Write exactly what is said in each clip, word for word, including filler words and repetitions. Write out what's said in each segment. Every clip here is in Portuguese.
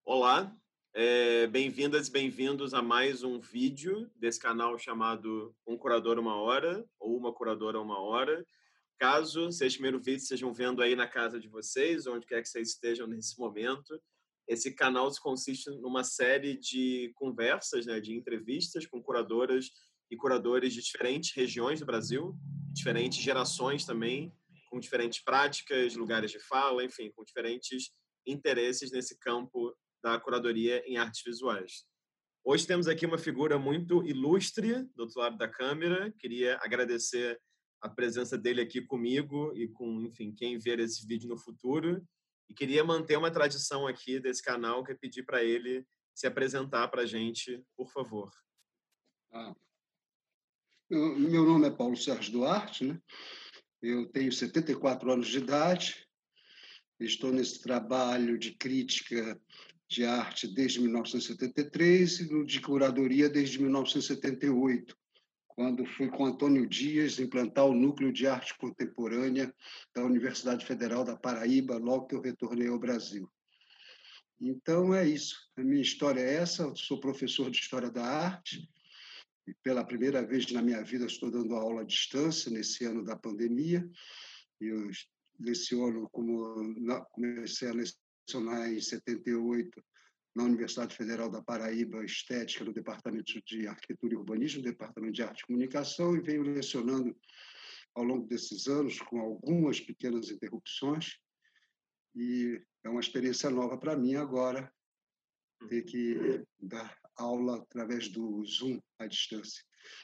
Olá, é, bem-vindas e bem-vindos a mais um vídeo desse canal chamado Um Curador Uma Hora ou Uma Curadora Uma Hora. Caso seja o primeiro vídeo, estejam vendo aí na casa de vocês, onde quer que vocês estejam nesse momento, esse canal se consiste numa série de conversas, né, de entrevistas com curadoras e curadores de diferentes regiões do Brasil, diferentes gerações também, com diferentes práticas, lugares de fala, enfim, com diferentes interesses nesse campo da curadoria em artes visuais. Hoje temos aqui uma figura muito ilustre do outro lado da câmera. Queria agradecer a presença dele aqui comigo e com, enfim, quem ver esse vídeo no futuro. E queria manter uma tradição aqui desse canal, que é pedir para ele se apresentar para a gente, por favor. Ah, eu, meu nome é Paulo Sérgio Duarte, né? Eu tenho setenta e quatro anos de idade, estou nesse trabalho de crítica de arte desde mil novecentos e setenta e três e no de curadoria desde mil novecentos e setenta e oito, quando fui com Antônio Dias implantar o Núcleo de Arte Contemporânea da Universidade Federal da Paraíba, logo que eu retornei ao Brasil. Então, é isso. A minha história é essa. Eu sou professor de História da Arte e, pela primeira vez na minha vida, estou dando aula à distância nesse ano da pandemia. Eu leciono, como comecei a lecionar em setenta e oito na Universidade Federal da Paraíba, Estética, no Departamento de Arquitetura e Urbanismo, no Departamento de Arte e Comunicação, e venho lecionando ao longo desses anos, com algumas pequenas interrupções, e é uma experiência nova para mim agora, ter que dar aula através do Zoom à distância.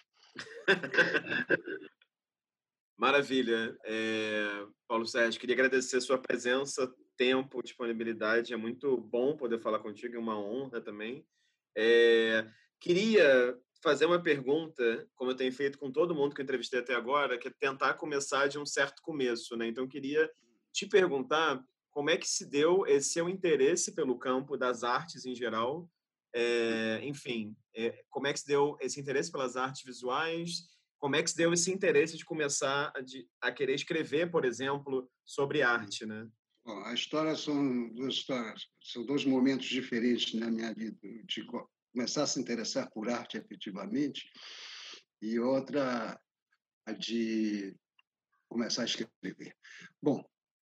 Maravilha. É, Paulo Sérgio, queria agradecer a sua presença, tempo, disponibilidade. É muito bom poder falar contigo, é uma honra também. É, queria fazer uma pergunta, como eu tenho feito com todo mundo que eu entrevistei até agora, que é tentar começar de um certo começo, né? Então, queria te perguntar como é que se deu esse seu interesse pelo campo das artes em geral. É, enfim, é, como é que se deu esse interesse pelas artes visuais? Como é que se deu esse interesse de começar a, de, a querer escrever, por exemplo, sobre arte, né? Bom, a história são duas histórias, são dois momentos diferentes na minha vida, de começar a se interessar por arte efetivamente e outra a de começar a escrever. Bom,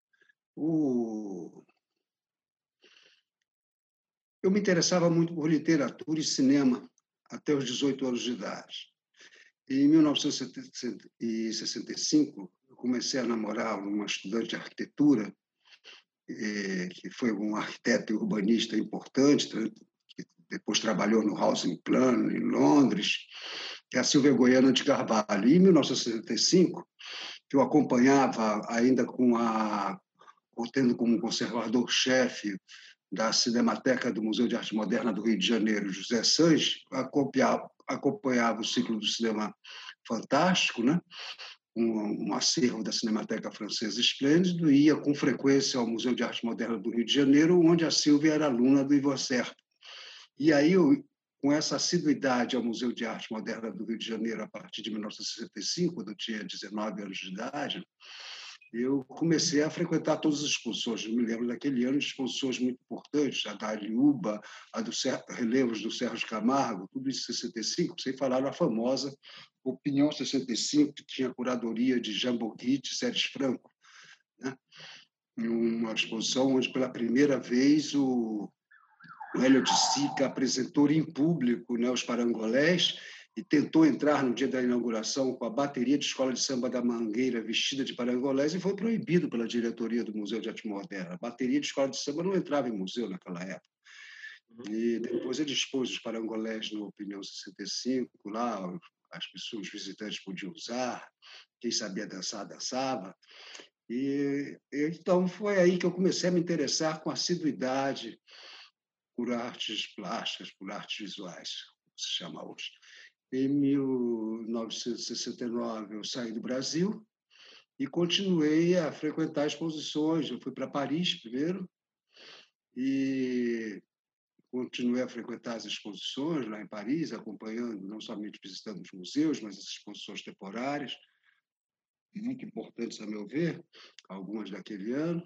o... eu me interessava muito por literatura e cinema até os dezoito anos de idade. Em mil novecentos e sessenta e cinco, eu comecei a namorar uma estudante de arquitetura, que foi um arquiteto e urbanista importante, que depois trabalhou no Housing Plan, em Londres, que é a Silvia Goiana de Carvalho. E em mil novecentos e sessenta e cinco, que eu acompanhava ainda com a, tendo como conservador-chefe da Cinemateca do Museu de Arte Moderna do Rio de Janeiro, José Sanches, acompanhava, acompanhava o ciclo do cinema fantástico, né? Um, um acervo da Cinemateca Francesa esplêndido, e ia com frequência ao Museu de Arte Moderna do Rio de Janeiro, onde a Silvia era aluna do Ivo Serpa. E aí, eu, com essa assiduidade ao Museu de Arte Moderna do Rio de Janeiro, a partir de mil novecentos e sessenta e cinco, quando eu tinha dezenove anos de idade, eu comecei a frequentar todas as exposições. Eu me lembro daquele ano de exposições muito importantes, a da Aliúba, a dos relevos do Sérgio Camargo, tudo isso em sessenta e cinco, sem falar na famosa Opinião sessenta e cinco, que tinha a curadoria de Jean Bourguit e Sérgio Franco, né? Em uma exposição onde, pela primeira vez, o, o Hélio de Sica apresentou em público, né, os parangolés, e tentou entrar no dia da inauguração com a bateria de escola de samba da Mangueira vestida de parangolés, e foi proibido pela diretoria do Museu de Arte Moderna. A bateria de escola de samba não entrava em museu naquela época. E depois ele expôs os parangolés no Opinião sessenta e cinco, lá as pessoas, os visitantes podiam usar, quem sabia dançar, dançava. E então foi aí que eu comecei a me interessar com assiduidade por artes plásticas, por artes visuais, como se chama hoje. Em mil novecentos e sessenta e nove, eu saí do Brasil e continuei a frequentar exposições. Eu fui para Paris primeiro e continuei a frequentar as exposições lá em Paris, acompanhando, não somente visitando os museus, mas as exposições temporárias, muito importantes, a meu ver, algumas daquele ano.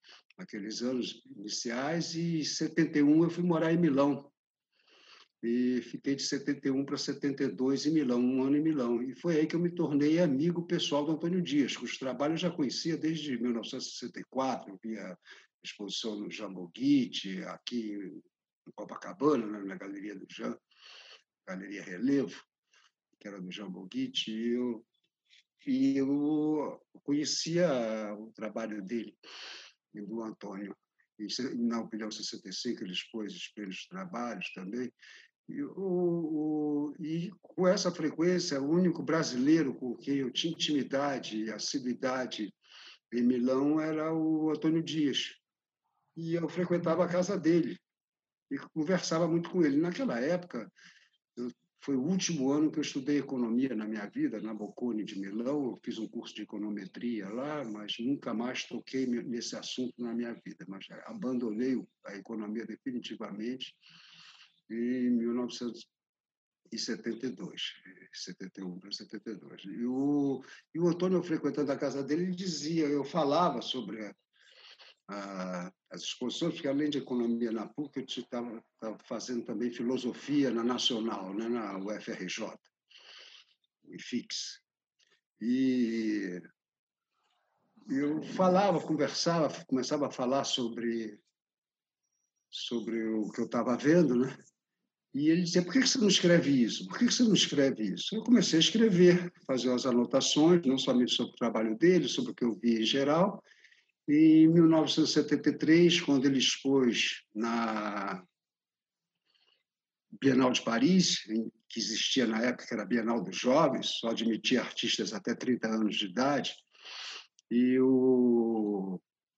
aqueles anos iniciais, e em setenta e um eu fui morar em Milão. E fiquei de setenta e um para setenta e dois em Milão, um ano em Milão. E foi aí que eu me tornei amigo pessoal do Antônio Dias, cujo trabalho eu já conhecia desde mil novecentos e sessenta e quatro. Eu via exposição no Jambo Guite, aqui em Copacabana, na Galeria do Jean, Galeria Relevo, que era do Jambo Guite, e eu, e eu conhecia o trabalho dele e do Antônio. E, na opinião sessenta e cinco, ele expôs os primeiros trabalhos também. E, o, o, e com essa frequência, o único brasileiro com quem eu tinha intimidade e assiduidade em Milão era o Antônio Dias. E eu frequentava a casa dele e conversava muito com ele. Naquela época, eu, foi o último ano que eu estudei economia na minha vida, na Bocconi de Milão. Eu fiz um curso de econometria lá, mas nunca mais toquei nesse assunto na minha vida. Mas abandonei a economia definitivamente em mil novecentos e setenta e dois, setenta e um para setenta e dois. E o, e o Antônio, frequentando a casa dele, ele dizia, eu falava sobre a, a, as exposições, porque além de economia na P U C, eu estava fazendo também filosofia na Nacional, né, na U F R J, o I F I X. E eu falava, conversava, começava a falar sobre, sobre o que eu estava vendo, né? E ele dizia, por que você não escreve isso? Por que você não escreve isso? Eu comecei a escrever, fazer as anotações, não somente sobre o trabalho dele, sobre o que eu vi em geral. E em mil novecentos e setenta e três, quando ele expôs na Bienal de Paris, que existia na época, que era a Bienal dos Jovens, só admitia artistas até trinta anos de idade, e o...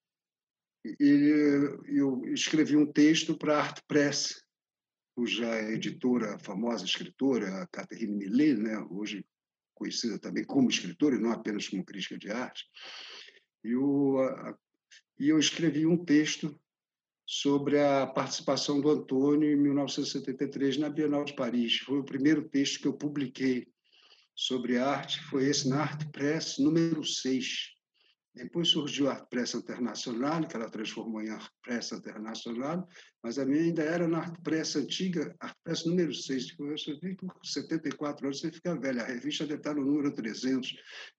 ele, eu escrevi um texto para a Art Press, cuja editora, a famosa escritora, Catherine Millet, né, hoje conhecida também como escritora e não apenas como crítica de arte, e, o, a, e eu escrevi um texto sobre a participação do Antônio em mil novecentos e setenta e três na Bienal de Paris. Foi o primeiro texto que eu publiquei sobre arte, foi esse na Art Press número seis. Depois surgiu a Art Press Internacional, que ela transformou em Art Press Internacional, mas a minha ainda era na Art Press antiga, Art Press número seis. Você vê que com setenta e quatro anos você fica velho, a revista deve estar no número trezentos.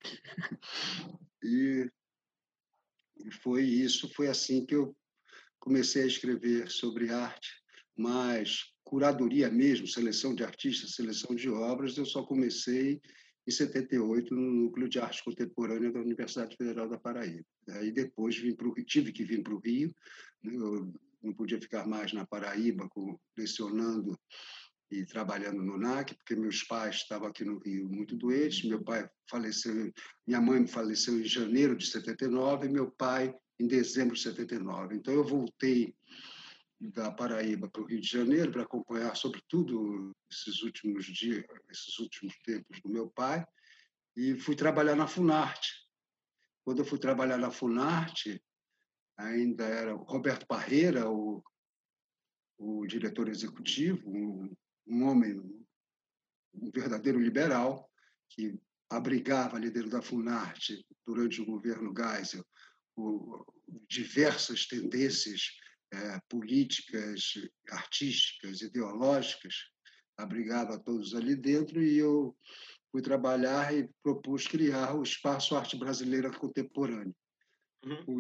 E, e foi isso, foi assim que eu comecei a escrever sobre arte, mas curadoria mesmo, seleção de artistas, seleção de obras, eu só comecei em setenta e oito, no Núcleo de Arte Contemporânea da Universidade Federal da Paraíba. Aí depois vim pro, tive que vir para o Rio, eu não podia ficar mais na Paraíba lecionando e trabalhando no N A C, porque meus pais estavam aqui no Rio muito doentes, meu pai faleceu, minha mãe faleceu em janeiro de setenta e nove, e meu pai em dezembro de setenta e nove. Então eu voltei da Paraíba para o Rio de Janeiro para acompanhar, sobretudo, esses últimos dias, esses últimos tempos do meu pai, e fui trabalhar na Funarte. Quando eu fui trabalhar na Funarte, ainda era o Roberto Parreira, o, o diretor executivo, um, um homem, um verdadeiro liberal, que abrigava ali dentro da Funarte, durante o governo Geisel, o, diversas tendências é, políticas, artísticas, ideológicas, abrigava todos ali dentro, e eu fui trabalhar e propus criar o Espaço Arte Brasileira Contemporânea. Uhum.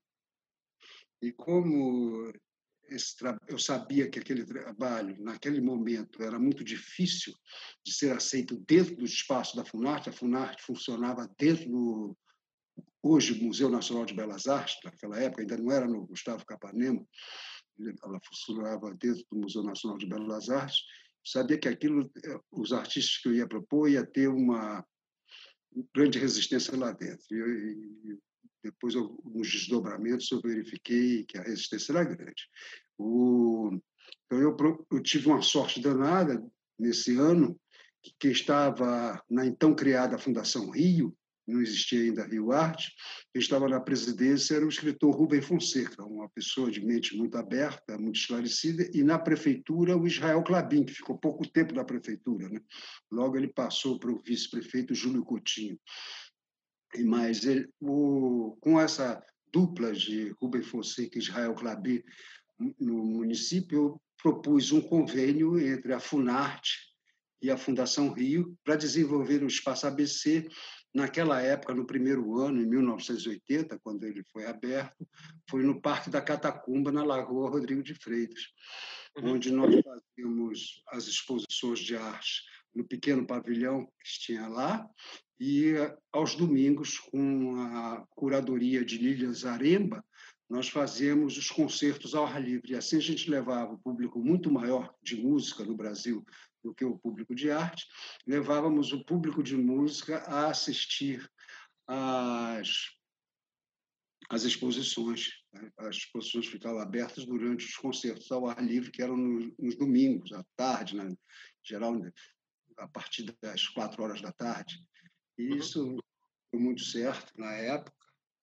E como esse tra... eu sabia que aquele trabalho, naquele momento, era muito difícil de ser aceito dentro do espaço da Funarte, a Funarte funcionava dentro do, hoje, Museu Nacional de Belas Artes, naquela época ainda não era no Gustavo Capanema, ela funcionava dentro do Museu Nacional de Belas Artes, sabia que aquilo, os artistas que eu ia propor, ia ter uma grande resistência lá dentro. E, e depois, eu, nos desdobramentos, eu verifiquei que a resistência era grande. O, então, eu, eu tive uma sorte danada nesse ano, que, que estava na então criada Fundação Rio, não existia ainda Rio Arte, quem estava na presidência era o escritor Rubem Fonseca, uma pessoa de mente muito aberta, muito esclarecida, e na prefeitura o Israel Clabin, que ficou pouco tempo na prefeitura, né? Logo ele passou para o vice-prefeito Júlio Coutinho. Mas ele, o, com essa duplas de Rubem Fonseca e Israel Clabé no município, eu propus um convênio entre a Funarte e a Fundação Rio para desenvolver o Espaço A B C. Naquela época, no primeiro ano, em mil novecentos e oitenta, quando ele foi aberto, foi no Parque da Catacumba, na Lagoa Rodrigo de Freitas, uhum. onde nós fazíamos as exposições de arte no pequeno pavilhão que tinha lá, e aos domingos, com a curadoria de Lília Zaremba, nós fazíamos os concertos ao ar livre. E assim a gente levava o público muito maior de música no Brasil do que o público de arte, levávamos o público de música a assistir às, às exposições. As exposições ficavam abertas durante os concertos ao ar livre, que eram nos, nos domingos, à tarde, né? Em geral, a partir das quatro horas da tarde. E isso deu muito certo na época.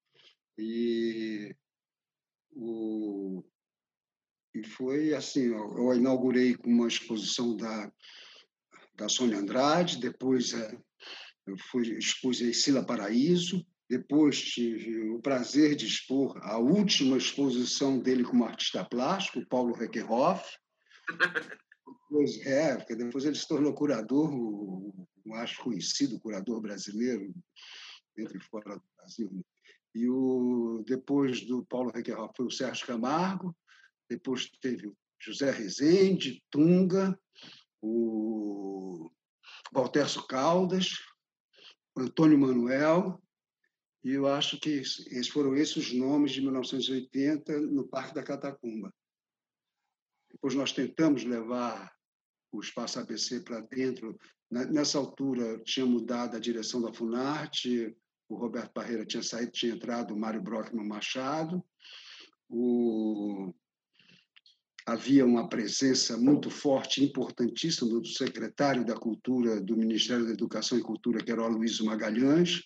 E, o, e foi assim, eu inaugurei com uma exposição da da Sônia Andrade, depois eu fui, expus em Sila Paraíso, depois tive o prazer de expor a última exposição dele como artista plástico, Paulo Reckerhoff. Depois, é, porque depois ele se tornou curador, o, o acho conhecido curador brasileiro, dentro e fora do Brasil. E o, depois do Paulo Reckerhoff foi o Sérgio Camargo, depois teve o José Rezende, Tunga, o Valterço Caldas, Antônio Manuel, e eu acho que esses foram esses os nomes de mil novecentos e oitenta no Parque da Catacumba. Depois nós tentamos levar o Espaço A B C para dentro. Nessa altura tinha mudado a direção da Funarte, o Roberto Parreira tinha saído, tinha entrado o Mário Brockman Machado, o... havia uma presença muito forte, importantíssima, do secretário da Cultura do Ministério da Educação e Cultura, que era o Aloysio Magalhães,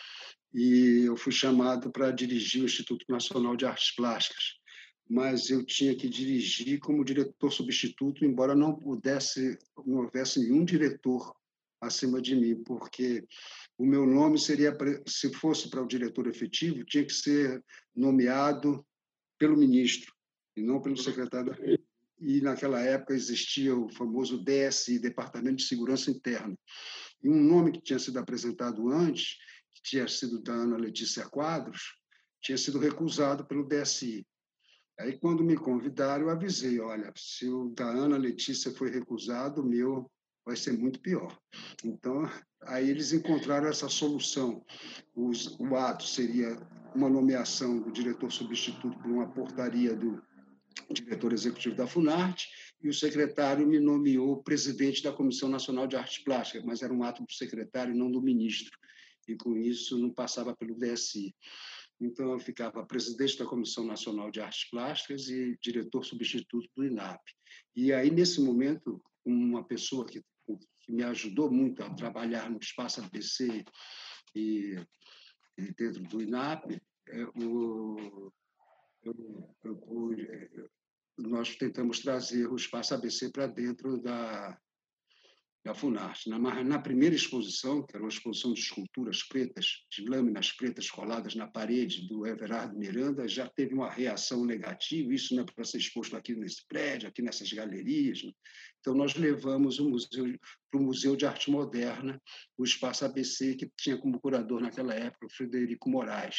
e eu fui chamado para dirigir o Instituto Nacional de Artes Plásticas, mas eu tinha que dirigir como diretor substituto, embora não pudesse, não houvesse nenhum diretor acima de mim, porque o meu nome seria, se fosse para o diretor efetivo, tinha que ser nomeado pelo ministro, e não pelo secretário da Cultura. E, naquela época, existia o famoso D S I, Departamento de Segurança Interna. E um nome que tinha sido apresentado antes, que tinha sido da Ana Letícia Quadros, tinha sido recusado pelo D S I. Aí, quando me convidaram, eu avisei, olha, se o da Ana Letícia foi recusado, o meu vai ser muito pior. Então, aí eles encontraram essa solução. Os, o ato seria uma nomeação do diretor substituto por uma portaria do diretor executivo da Funarte, e o secretário me nomeou presidente da Comissão Nacional de Artes Plásticas, mas era um ato do secretário, não do ministro, e com isso não passava pelo D S I. Então, eu ficava presidente da Comissão Nacional de Artes Plásticas e diretor substituto do INAP. E aí, nesse momento, uma pessoa que, que me ajudou muito a trabalhar no Espaço A B C e, e dentro do INAP, é o Eu, eu, eu, nós tentamos trazer o Espaço A B C para dentro da, da Funarte. Na, na primeira exposição, que era uma exposição de esculturas pretas, de lâminas pretas coladas na parede do Everardo Miranda, já teve uma reação negativa, isso não é para ser exposto aqui nesse prédio, aqui nessas galerias. Né? Então, nós levamos o museu, para o Museu de Arte Moderna, o Espaço A B C, que tinha como curador naquela época o Frederico Moraes.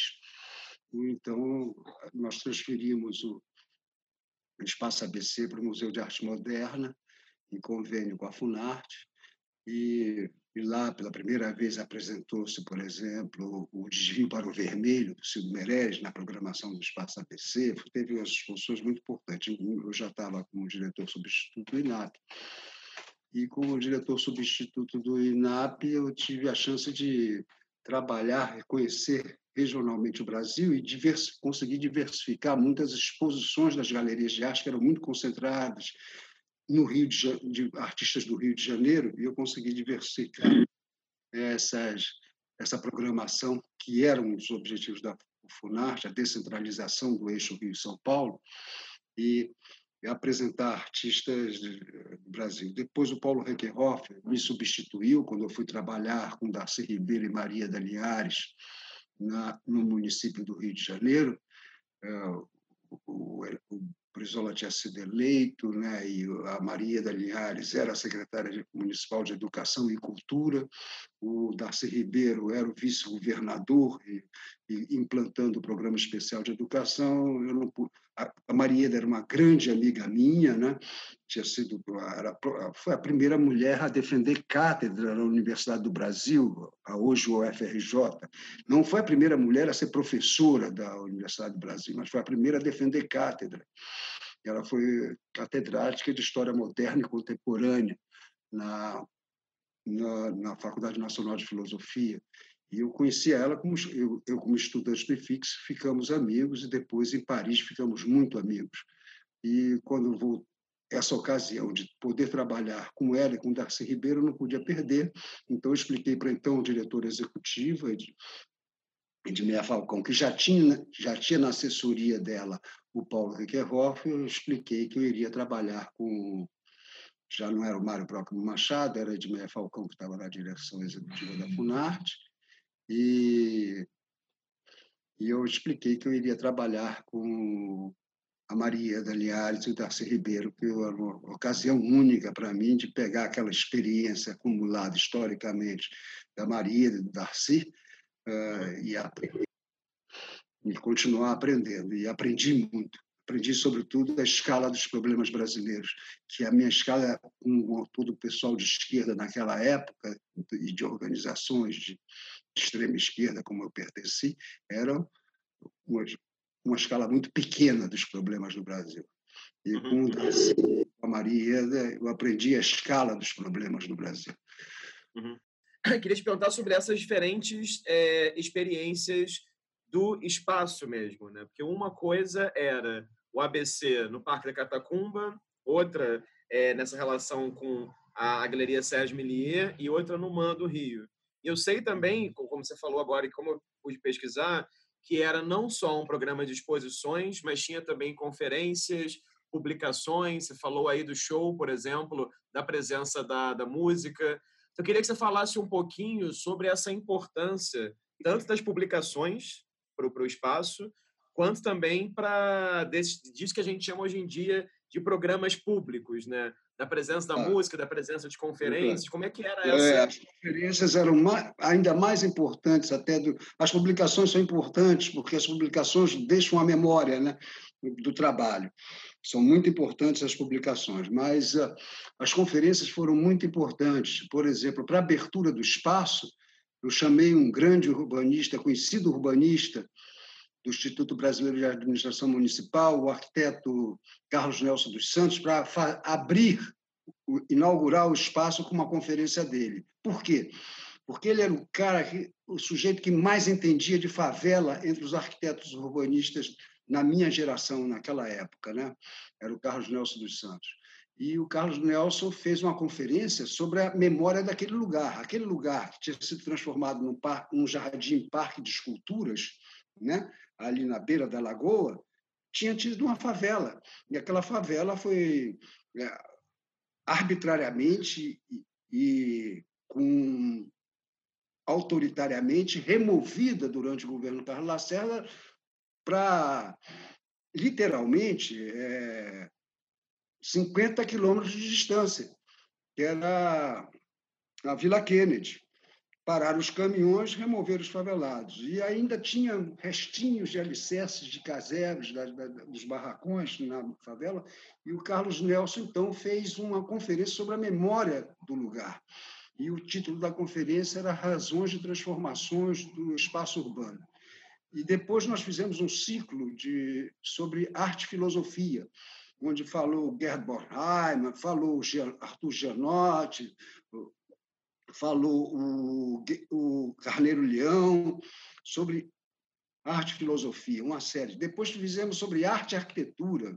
Então, nós transferimos o Espaço A B C para o Museu de Arte Moderna, em convênio com a Funarte, e, e lá, pela primeira vez, apresentou-se, por exemplo, o Desvio para o Vermelho, do Cid Meirelles, na programação do Espaço A B C. Teve umas exposições muito importantes. Eu já estava como diretor substituto do INAP. E, como diretor substituto do INAP, eu tive a chance de trabalhar, reconhecer regionalmente o Brasil e divers, conseguir diversificar muitas exposições das galerias de arte que eram muito concentradas no Rio de, de artistas do Rio de Janeiro, e eu consegui diversificar essas, essa programação que era um dos objetivos da Funarte, a descentralização do eixo Rio-São Paulo, e apresentar artistas do Brasil. Depois o Paulo Reckerhoff me substituiu quando eu fui trabalhar com Darcy Ribeiro e Maria da Linhares na, no município do Rio de Janeiro, o, o Brizola tinha sido eleito, né, e a Maria da Linhares era a secretária municipal de Educação e Cultura, o Darcy Ribeiro era o vice-governador e, e implantando o programa especial de educação. Eu não, a, a Marieda era uma grande amiga minha, né? Tinha sido era, foi a primeira mulher a defender cátedra na Universidade do Brasil, a hoje o U F R J. Não foi a primeira mulher a ser professora da Universidade do Brasil, mas foi a primeira a defender cátedra. Ela foi catedrática de História Moderna e Contemporânea na Na, na Faculdade Nacional de Filosofia. E eu conhecia ela como eu, eu como estudante do I F I X, ficamos amigos e depois em Paris ficamos muito amigos. E quando vou essa ocasião de poder trabalhar com ela e com Darcy Ribeiro, eu não podia perder. Então eu expliquei para então o diretor executivo Edmeia Falcão, que já tinha já tinha na assessoria dela o Paulo Rickerhoff, eu expliquei que eu iria trabalhar com já não era o Mário Próximo Machado, era Edmeia Falcão, que estava na direção executiva da Funarte, e, e eu expliquei que eu iria trabalhar com a Maria da Linhares e o Darcy Ribeiro, que era uma ocasião única para mim de pegar aquela experiência acumulada historicamente da Maria e do Darcy uh, e, aprender, e continuar aprendendo. E aprendi muito. Aprendi, sobretudo, a escala dos problemas brasileiros, que a minha escala, com todo o pessoal de esquerda naquela época, e de organizações de extrema esquerda, como eu pertenci, era uma, uma escala muito pequena dos problemas do Brasil. E com uhum. a Maria, eu aprendi a escala dos problemas do Brasil. Uhum. Queria te perguntar sobre essas diferentes é, experiências do espaço mesmo, né? Porque uma coisa era o A B C no Parque da Catacumba, outra é, nessa relação com a, a Galeria Sérgio Millier e outra no MAN do Rio. E eu sei também, como você falou agora e como eu pude pesquisar, que era não só um programa de exposições, mas tinha também conferências, publicações. Você falou aí do show, por exemplo, da presença da, da música. Então, eu queria que você falasse um pouquinho sobre essa importância, tanto das publicações para o espaço, quanto também para disso que a gente chama hoje em dia de programas públicos, né? Da presença da ah, música, da presença de conferências. Como é que era essa? É, as conferências eram mais, ainda mais importantes até do. As publicações são importantes porque as publicações deixam a memória, né, do trabalho. São muito importantes as publicações, mas uh, as conferências foram muito importantes. Por exemplo, para a abertura do espaço, eu chamei um grande urbanista, conhecido urbanista do Instituto Brasileiro de Administração Municipal, o arquiteto Carlos Nelson dos Santos, para abrir, inaugurar o espaço com uma conferência dele. Por quê? Porque ele era o cara, que, o sujeito que mais entendia de favela entre os arquitetos urbanistas na minha geração, naquela época, né? Era o Carlos Nelson dos Santos. E o Carlos Nelson fez uma conferência sobre a memória daquele lugar. Aquele lugar que tinha sido transformado num, par, num jardim-parque de esculturas, né? Ali na beira da lagoa, tinha tido uma favela. E aquela favela foi é, arbitrariamente e, e com, autoritariamente removida durante o governo Carlos Lacerda para, literalmente, é, cinquenta quilômetros de distância, que era a Vila Kennedy. Pararam os caminhões, removeram os favelados. E ainda tinha restinhos de alicerces de casebres, da, da, dos barracões na favela, e o Carlos Nelson, então, fez uma conferência sobre a memória do lugar. E o título da conferência era Razões de Transformações do Espaço Urbano. E depois nós fizemos um ciclo de, sobre arte e filosofia, onde falou Gerd Bornheimer, falou Arthur Gianotti, falou o, o Carneiro Leão, sobre arte e filosofia, uma série. Depois fizemos sobre arte e arquitetura,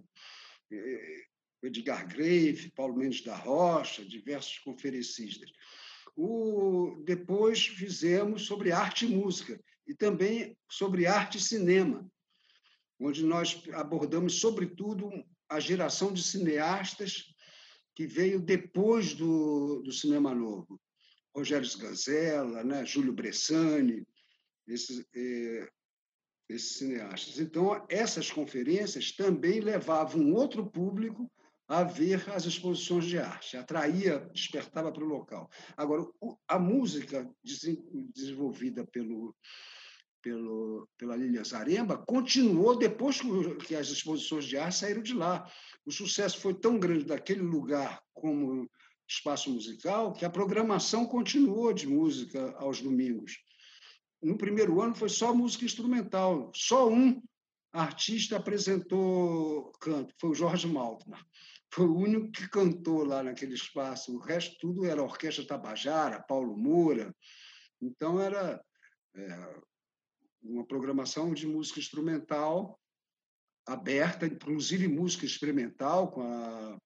Edgar Grave, Paulo Mendes da Rocha, diversos conferencistas. O, depois fizemos sobre arte e música, e também sobre arte e cinema, onde nós abordamos, sobretudo, a geração de cineastas que veio depois do, do cinema novo. Rogério Sganzella, né? Júlio Bressani, esses, eh, esses cineastas. Então, essas conferências também levavam um outro público a ver as exposições de arte, atraía, despertava para o local. Agora, a música desenvolvida pelo, pelo, pela Lilian Zaremba continuou depois que as exposições de arte saíram de lá. O sucesso foi tão grande daquele lugar como espaço musical que a programação continuou de música aos domingos. No primeiro ano foi só música instrumental, só um artista apresentou canto, foi o Jorge Maltner. Foi o único que cantou lá naquele espaço, o resto tudo era Orquestra Tabajara, Paulo Moura. Então era é, uma programação de música instrumental aberta, inclusive música experimental, com a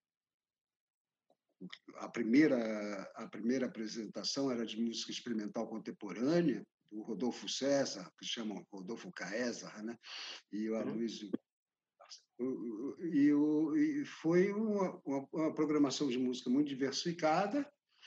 a primeira a primeira apresentação era de música experimental contemporânea, do Rodolfo César, que chamam Rodolfo Caesar, né? E o Aloysio. E, o, e foi uma, uma, uma programação de música muito diversificada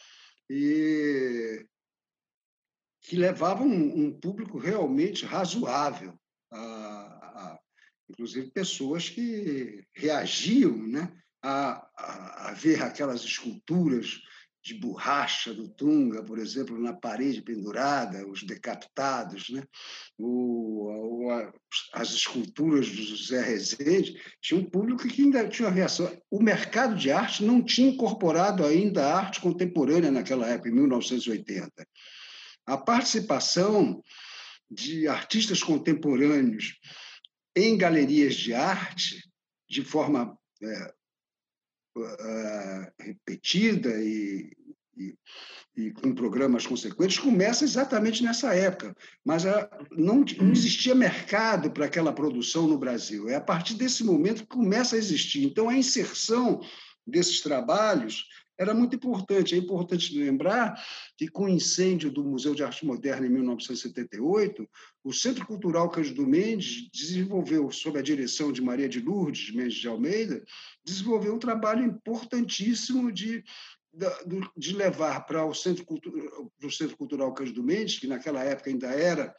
e que levava um, um público realmente razoável, a, a, inclusive pessoas que reagiam, né, a, a, a ver aquelas esculturas de borracha do Tunga, por exemplo, na parede pendurada, os decapitados, né? o, o, as esculturas do José Rezende, tinha um público que ainda tinha uma reação. O mercado de arte não tinha incorporado ainda a arte contemporânea naquela época, em mil novecentos e oitenta. A participação de artistas contemporâneos em galerias de arte, de forma é, é, repetida e, e, e com programas consequentes, começa exatamente nessa época. Mas a, não, não existia mercado para aquela produção no Brasil. É a partir desse momento que começa a existir. Então, a inserção desses trabalhos era muito importante. É importante lembrar que, com o incêndio do Museu de Arte Moderna em mil novecentos e setenta e oito, o Centro Cultural Cândido Mendes desenvolveu, sob a direção de Maria de Lourdes Mendes de Almeida, desenvolveu um trabalho importantíssimo de, de levar para o Centro, para o Centro Cultural Cândido Mendes, que naquela época ainda era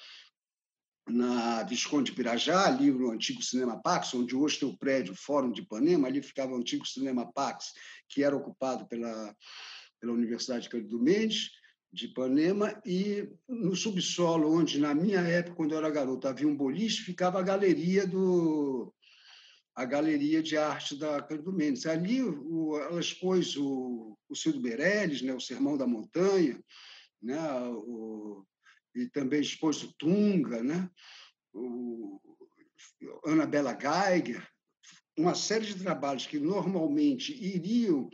na Visconde de Pirajá, ali no antigo Cinema Pax, onde hoje tem o prédio o Fórum de Ipanema, ali ficava o antigo Cinema Pax, que era ocupado pela, pela Universidade Cândido Mendes, de Ipanema, e no subsolo, onde, na minha época, quando eu era garoto, havia um boliche, ficava a galeria do a galeria de arte da Cândido Mendes. Ali o, ela expôs o, o Cildo Meirelles, né, o Sermão da Montanha, né, o, e também expôs o Tunga, né, o, Annabella Geiger, uma série de trabalhos que normalmente iriam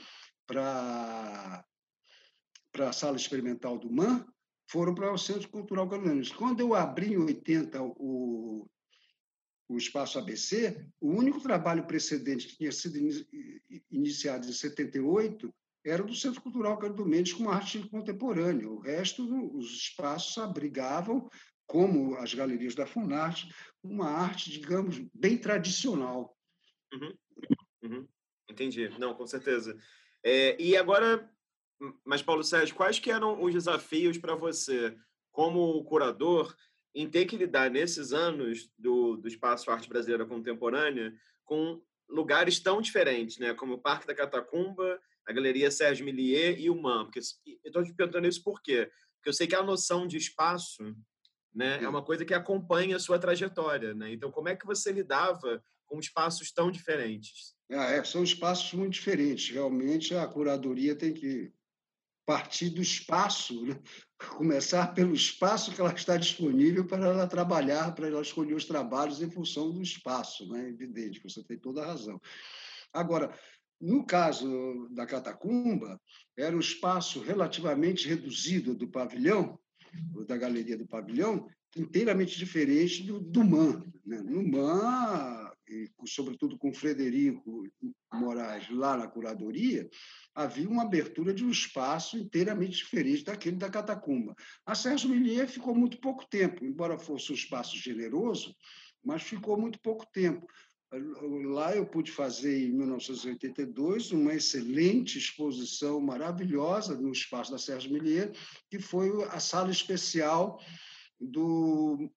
para para a Sala Experimental do M A M, foram para o Centro Cultural Cândido Mendes. Quando eu abri em oitenta o, o Espaço A B C, o único trabalho precedente que tinha sido iniciado em setenta e oito era do Centro Cultural Cândido Mendes com arte contemporânea. O resto, os espaços abrigavam, como as galerias da Funarte, uma arte, digamos, bem tradicional. Uhum. Uhum. Entendi. Não, com certeza. É, e agora, mas Paulo Sérgio, quais que eram os desafios para você, como curador, em ter que lidar nesses anos do, do Espaço Arte Brasileira Contemporânea com lugares tão diferentes, né? Como o Parque da Catacumba, a Galeria Sérgio Millier e o M A M? Porque, eu estou te perguntando isso por quê? Porque eu sei que a noção de espaço, né, é uma coisa que acompanha a sua trajetória, né? Então, como é que você lidava com espaços tão diferentes? É, são espaços muito diferentes. Realmente, a curadoria tem que partir do espaço, né? Começar pelo espaço que ela está disponível para ela trabalhar, para ela escolher os trabalhos em função do espaço, né? É evidente, você tem toda a razão. Agora, no caso da Catacumba, era um espaço relativamente reduzido do pavilhão, da galeria do pavilhão, inteiramente diferente do, do M A M. Né? No M A M, e, sobretudo com Frederico Moraes lá na curadoria, havia uma abertura de um espaço inteiramente diferente daquele da Catacumba. A Sérgio Millier ficou muito pouco tempo, embora fosse um espaço generoso, mas ficou muito pouco tempo. Lá eu pude fazer, em mil novecentos e oitenta e dois, uma excelente exposição maravilhosa no espaço da Sérgio Millier, que foi a sala especial do,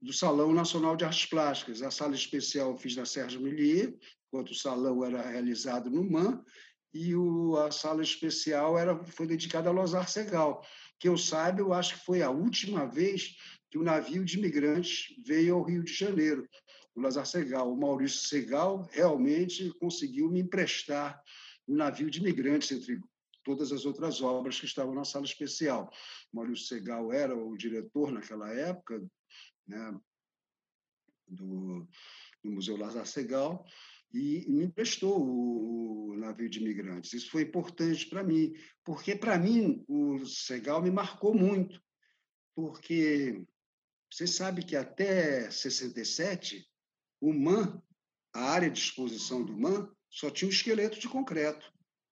do Salão Nacional de Artes Plásticas. A sala especial eu fiz na Sérgio Millier, enquanto o salão era realizado no M A M, e o, a sala especial era, foi dedicada a Losar Segal. Que eu saiba, eu acho que foi a última vez que o navio de imigrantes veio ao Rio de Janeiro, o Losar Segal. O Maurício Segal realmente conseguiu me emprestar um navio de imigrantes, entre todas as outras obras que estavam na sala especial. O Maurício Segal era o diretor naquela época, né, do, do Museu Losar Segal, e me emprestou o, o navio de imigrantes. Isso foi importante para mim, porque, para mim, o Segal me marcou muito, porque você sabe que até sessenta e sete, o M A M, a área de exposição do M A M, só tinha um esqueleto de concreto.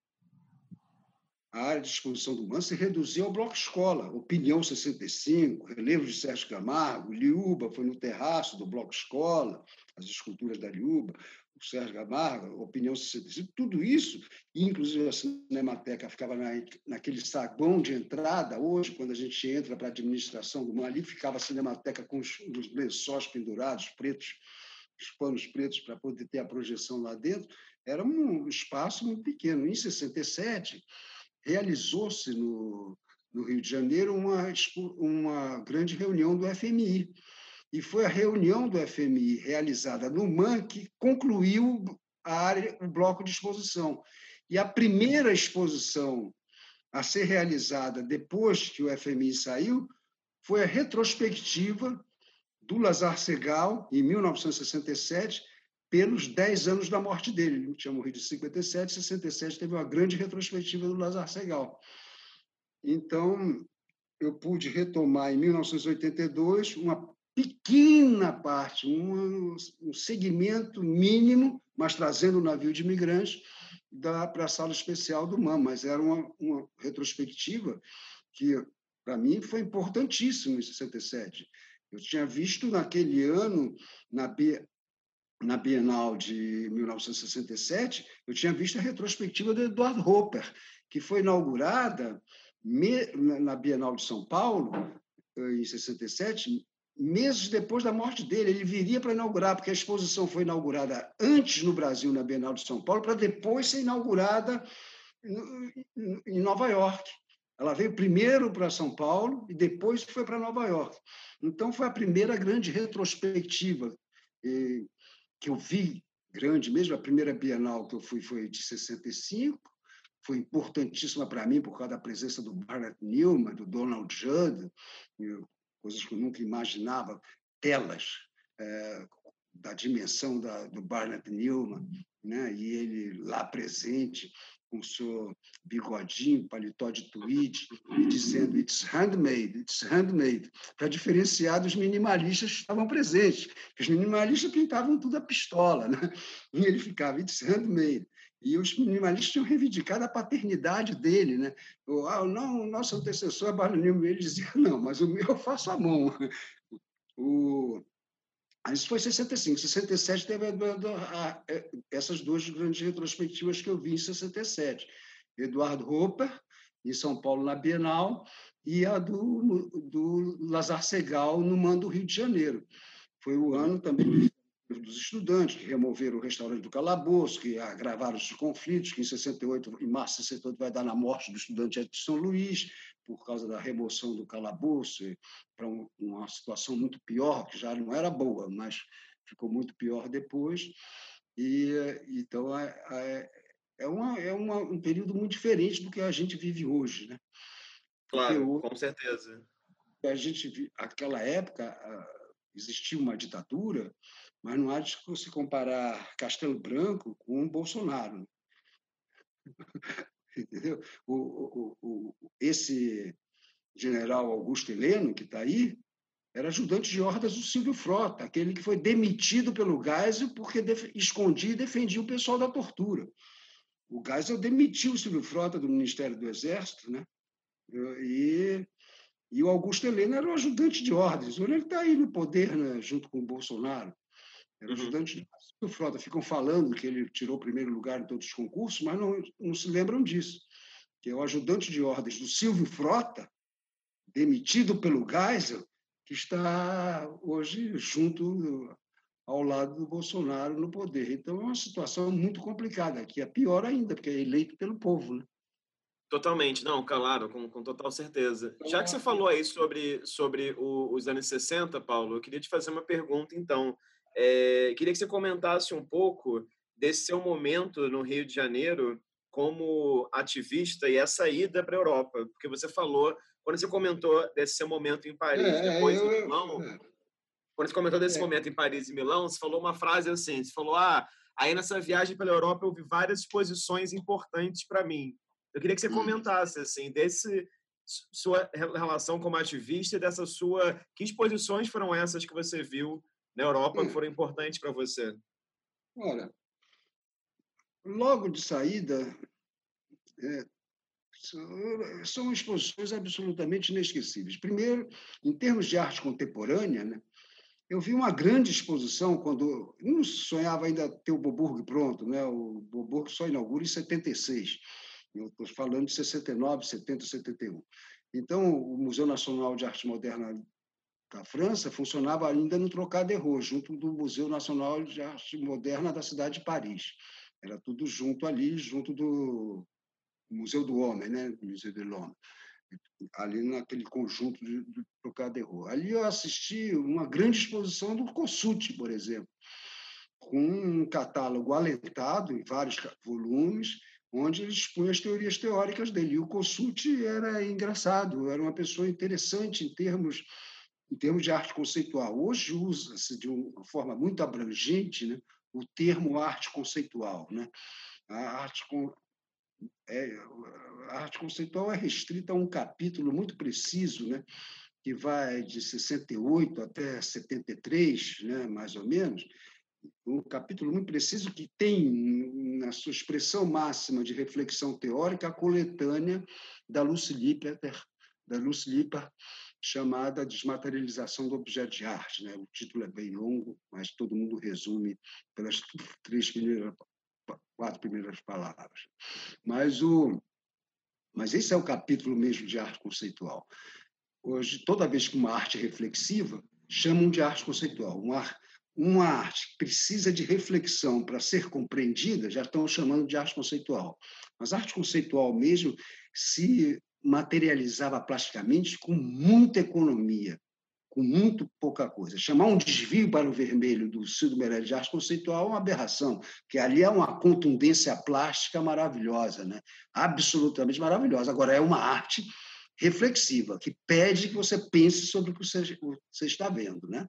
A área de exposição do M A M se reduziu ao bloco escola, Opinião sessenta e cinco, relevos de Sérgio Camargo, Liuba foi no terraço do bloco escola, as esculturas da Liuba, o Sérgio Camargo, Opinião sessenta e cinco, tudo isso, inclusive a Cinemateca ficava na, naquele saguão de entrada. Hoje, quando a gente entra para a administração do M A M, ali ficava a Cinemateca com os, os lençóis pendurados, pretos, os panos pretos, para poder ter a projeção lá dentro. Era um espaço muito pequeno. Em sessenta e sete, realizou-se no, no Rio de Janeiro uma, uma grande reunião do F M I. E foi a reunião do F M I realizada no M A M que concluiu a área, o bloco de exposição. E a primeira exposição a ser realizada depois que o F M I saiu foi a retrospectiva do Losar Segal, em mil novecentos e sessenta e sete, pelos dez anos da morte dele. Ele tinha morrido em cinquenta e sete, em sessenta e sete teve uma grande retrospectiva do Losar Segal. Então, eu pude retomar, em mil novecentos e oitenta e dois, uma pequena parte, um, um segmento mínimo, mas trazendo o navio de imigrantes para a sala especial do M A M. Mas era uma, uma retrospectiva que, para mim, foi importantíssima em sessenta e sete. Eu tinha visto naquele ano, na B... na Bienal de mil novecentos e sessenta e sete, eu tinha visto a retrospectiva do Eduardo Hopper, que foi inaugurada na Bienal de São Paulo, em sessenta e sete, meses depois da morte dele. Ele viria para inaugurar, porque a exposição foi inaugurada antes no Brasil, na Bienal de São Paulo, para depois ser inaugurada em Nova York. Ela veio primeiro para São Paulo e depois foi para Nova York. Então, foi a primeira grande retrospectiva que eu vi, grande mesmo. A primeira Bienal que eu fui foi de sessenta e cinco, foi importantíssima para mim por causa da presença do Barnett Newman, do Donald Judd, coisas que eu nunca imaginava, telas é, da dimensão da, do Barnett Newman, né? E ele lá presente, com o seu bigodinho, paletó de tweed, e dizendo "it's handmade, it's handmade", para diferenciar dos minimalistas que estavam presentes. Os minimalistas pintavam tudo a pistola, né? E ele ficava "it's handmade". E os minimalistas tinham reivindicado a paternidade dele, né? O, ah, não, o nosso antecessor é Barnett Newman. Ele dizia, não, mas o meu eu faço à mão. O... Isso foi em sessenta e cinco. Em sessenta e sete teve a, a, a, essas duas grandes retrospectivas que eu vi em sessenta e sete. Eduardo Hopper, em São Paulo, na Bienal, e a do, do Losar Segal, no M A M do Rio de Janeiro. Foi o ano também dos estudantes, que removeram o restaurante do Calabouço, que agravaram os conflitos, que em sessenta e oito, em março de sessenta e oito, vai dar na morte do estudante de São Luís, por causa da remoção do calabouço, para uma situação muito pior, que já não era boa, mas ficou muito pior depois. E então é, é, é, uma, é uma, um período muito diferente do que a gente vive hoje, né? Porque claro, hoje, com certeza. A gente, aquela época existia uma ditadura, mas não há de se comparar Castelo Branco com Bolsonaro. Entendeu? O, o, o, esse general Augusto Heleno, que está aí, era ajudante de ordens do Silvio Frota, aquele que foi demitido pelo Geisel porque escondia e defendia o pessoal da tortura. O Geisel demitiu o Silvio Frota do Ministério do Exército, né? E, e o Augusto Heleno era o ajudante de ordens. Ele está aí no poder, né, junto com o Bolsonaro. Era ajudante uhum. de Silvio Frota. Ficam falando que ele tirou o primeiro lugar em todos os concursos, mas não, não se lembram disso. Que é o ajudante de ordens do Silvio Frota, demitido pelo Geisel, que está hoje junto ao lado do Bolsonaro no poder. Então, é uma situação muito complicada, que é pior ainda, porque é eleito pelo povo, né? Totalmente, não, claro, com, com total certeza. Já que você falou aí sobre, sobre o, os anos sessenta, Paulo, eu queria te fazer uma pergunta, então. É, queria que você comentasse um pouco desse seu momento no Rio de Janeiro como ativista e essa ida para a Europa, porque você falou, quando você comentou desse seu momento em É, Paris, é, depois em eu, Milão, eu- quando você comentou desse é, momento em Paris e Milão, você falou uma frase assim, você falou, ah, aí nessa viagem pela Europa eu vi várias exposições importantes para mim. Eu queria que você hum, comentasse, assim, desse sua relação como ativista e dessa sua... Que exposições foram essas que você viu na Europa que é, foram importantes para você? olha, logo de saída, é, são são exposições absolutamente inesquecíveis. Primeiro, em termos de arte contemporânea, né, eu vi uma grande exposição quando não sonhava ainda ter o Boburg pronto, né? O Boburg só inaugura em setenta e seis. Eu estou falando de sessenta e nove, setenta, setenta e um. Então, o Museu Nacional de Arte Moderna da França funcionava ainda no Trocadéro, junto do Museu Nacional de Arte Moderna da cidade de Paris. Era tudo junto ali, junto do Museu do Homem, né? Museu de l'Homme, ali naquele conjunto de, de Trocadéro. Ali eu assisti uma grande exposição do Kossuth, por exemplo, com um catálogo alentado em vários volumes, onde ele expunha as teorias teóricas dele. E o Kossuth era engraçado, era uma pessoa interessante em termos em termos de arte conceitual. Hoje usa-se de uma forma muito abrangente, né, o termo arte conceitual, né? A arte é, a arte conceitual é restrita a um capítulo muito preciso, né, que vai de sessenta e oito até setenta e três, né, mais ou menos, um capítulo muito preciso que tem, na sua expressão máxima de reflexão teórica, a coletânea da Lucy Lippert, da Lucy Lippert, chamada Desmaterialização do Objeto de Arte. Né? O título é bem longo, mas todo mundo resume pelas três primeiras, quatro primeiras palavras. Mas, o, mas esse é o capítulo mesmo de arte conceitual. Hoje, toda vez que uma arte é reflexiva, chamam de arte conceitual. Uma, uma arte que precisa de reflexão para ser compreendida, já estão chamando de arte conceitual. Mas a arte conceitual mesmo se materializava plasticamente com muita economia, com muito pouca coisa. Chamar um desvio para o vermelho do Ciro Meirelles de arte conceitual é uma aberração, porque ali é uma contundência plástica maravilhosa, né? Absolutamente maravilhosa. Agora, é uma arte reflexiva, que pede que você pense sobre o que você, você está vendo. Né?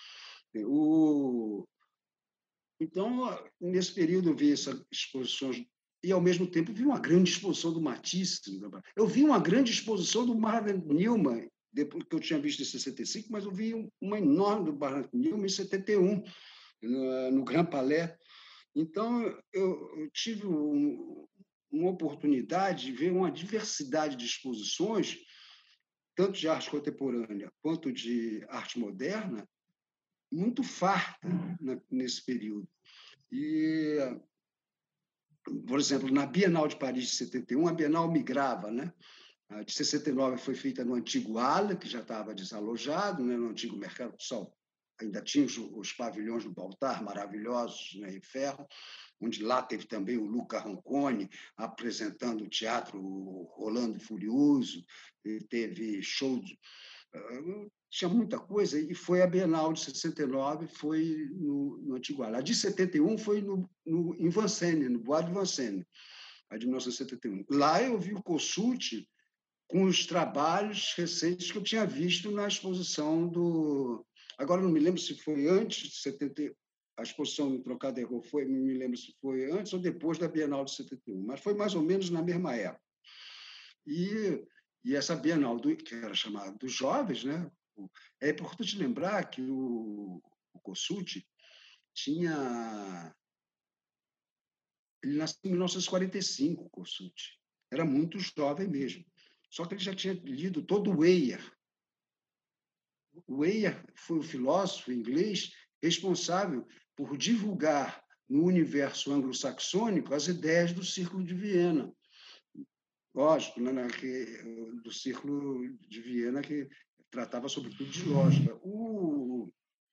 O... Então, nesse período, eu vi essas exposições e, ao mesmo tempo, vi uma grande exposição do Matisse. Eu vi uma grande exposição do Marvin Newman, depois que eu tinha visto em sessenta e cinco, mas eu vi uma enorme do Marvin Newman em setenta e um, no, no Grand Palais. Então, eu, eu tive um, uma oportunidade de ver uma diversidade de exposições, tanto de arte contemporânea quanto de arte moderna, muito farta nesse período. E, por exemplo, na Bienal de Paris de setenta e um, a Bienal migrava, né? A de sessenta e nove foi feita no antigo Ala, que já estava desalojado, né? No antigo Mercado do Sol. Ainda tinha os, os pavilhões do Baltar, maravilhosos, né? Em ferro, onde lá teve também o Luca Roncone apresentando o teatro Rolando Furioso, teve show de, tinha muita coisa, e foi a Bienal de sessenta e nove, foi no, no Antigo Ala. A de setenta e um foi no, no, em Vincennes, no Bois de Vincennes, a de mil novecentos e setenta e um. Lá eu vi o Kossuth com os trabalhos recentes que eu tinha visto na exposição do... Agora, não me lembro se foi antes de setenta, a exposição no Trocadéro foi, não me lembro se foi antes ou depois da Bienal de setenta e um, mas foi mais ou menos na mesma época. E, e essa Bienal, do, que era chamada dos jovens, né? É importante lembrar que o, o Kossuth tinha... Ele nasceu em mil novecentos e quarenta e cinco, o Kossuth. Era muito jovem mesmo. Só que ele já tinha lido todo o Weyer. O Weyer foi o filósofo inglês responsável por divulgar no universo anglo-saxônico as ideias do Círculo de Viena. Lógico, né, que, do Círculo de Viena, que tratava sobretudo de lógica. O,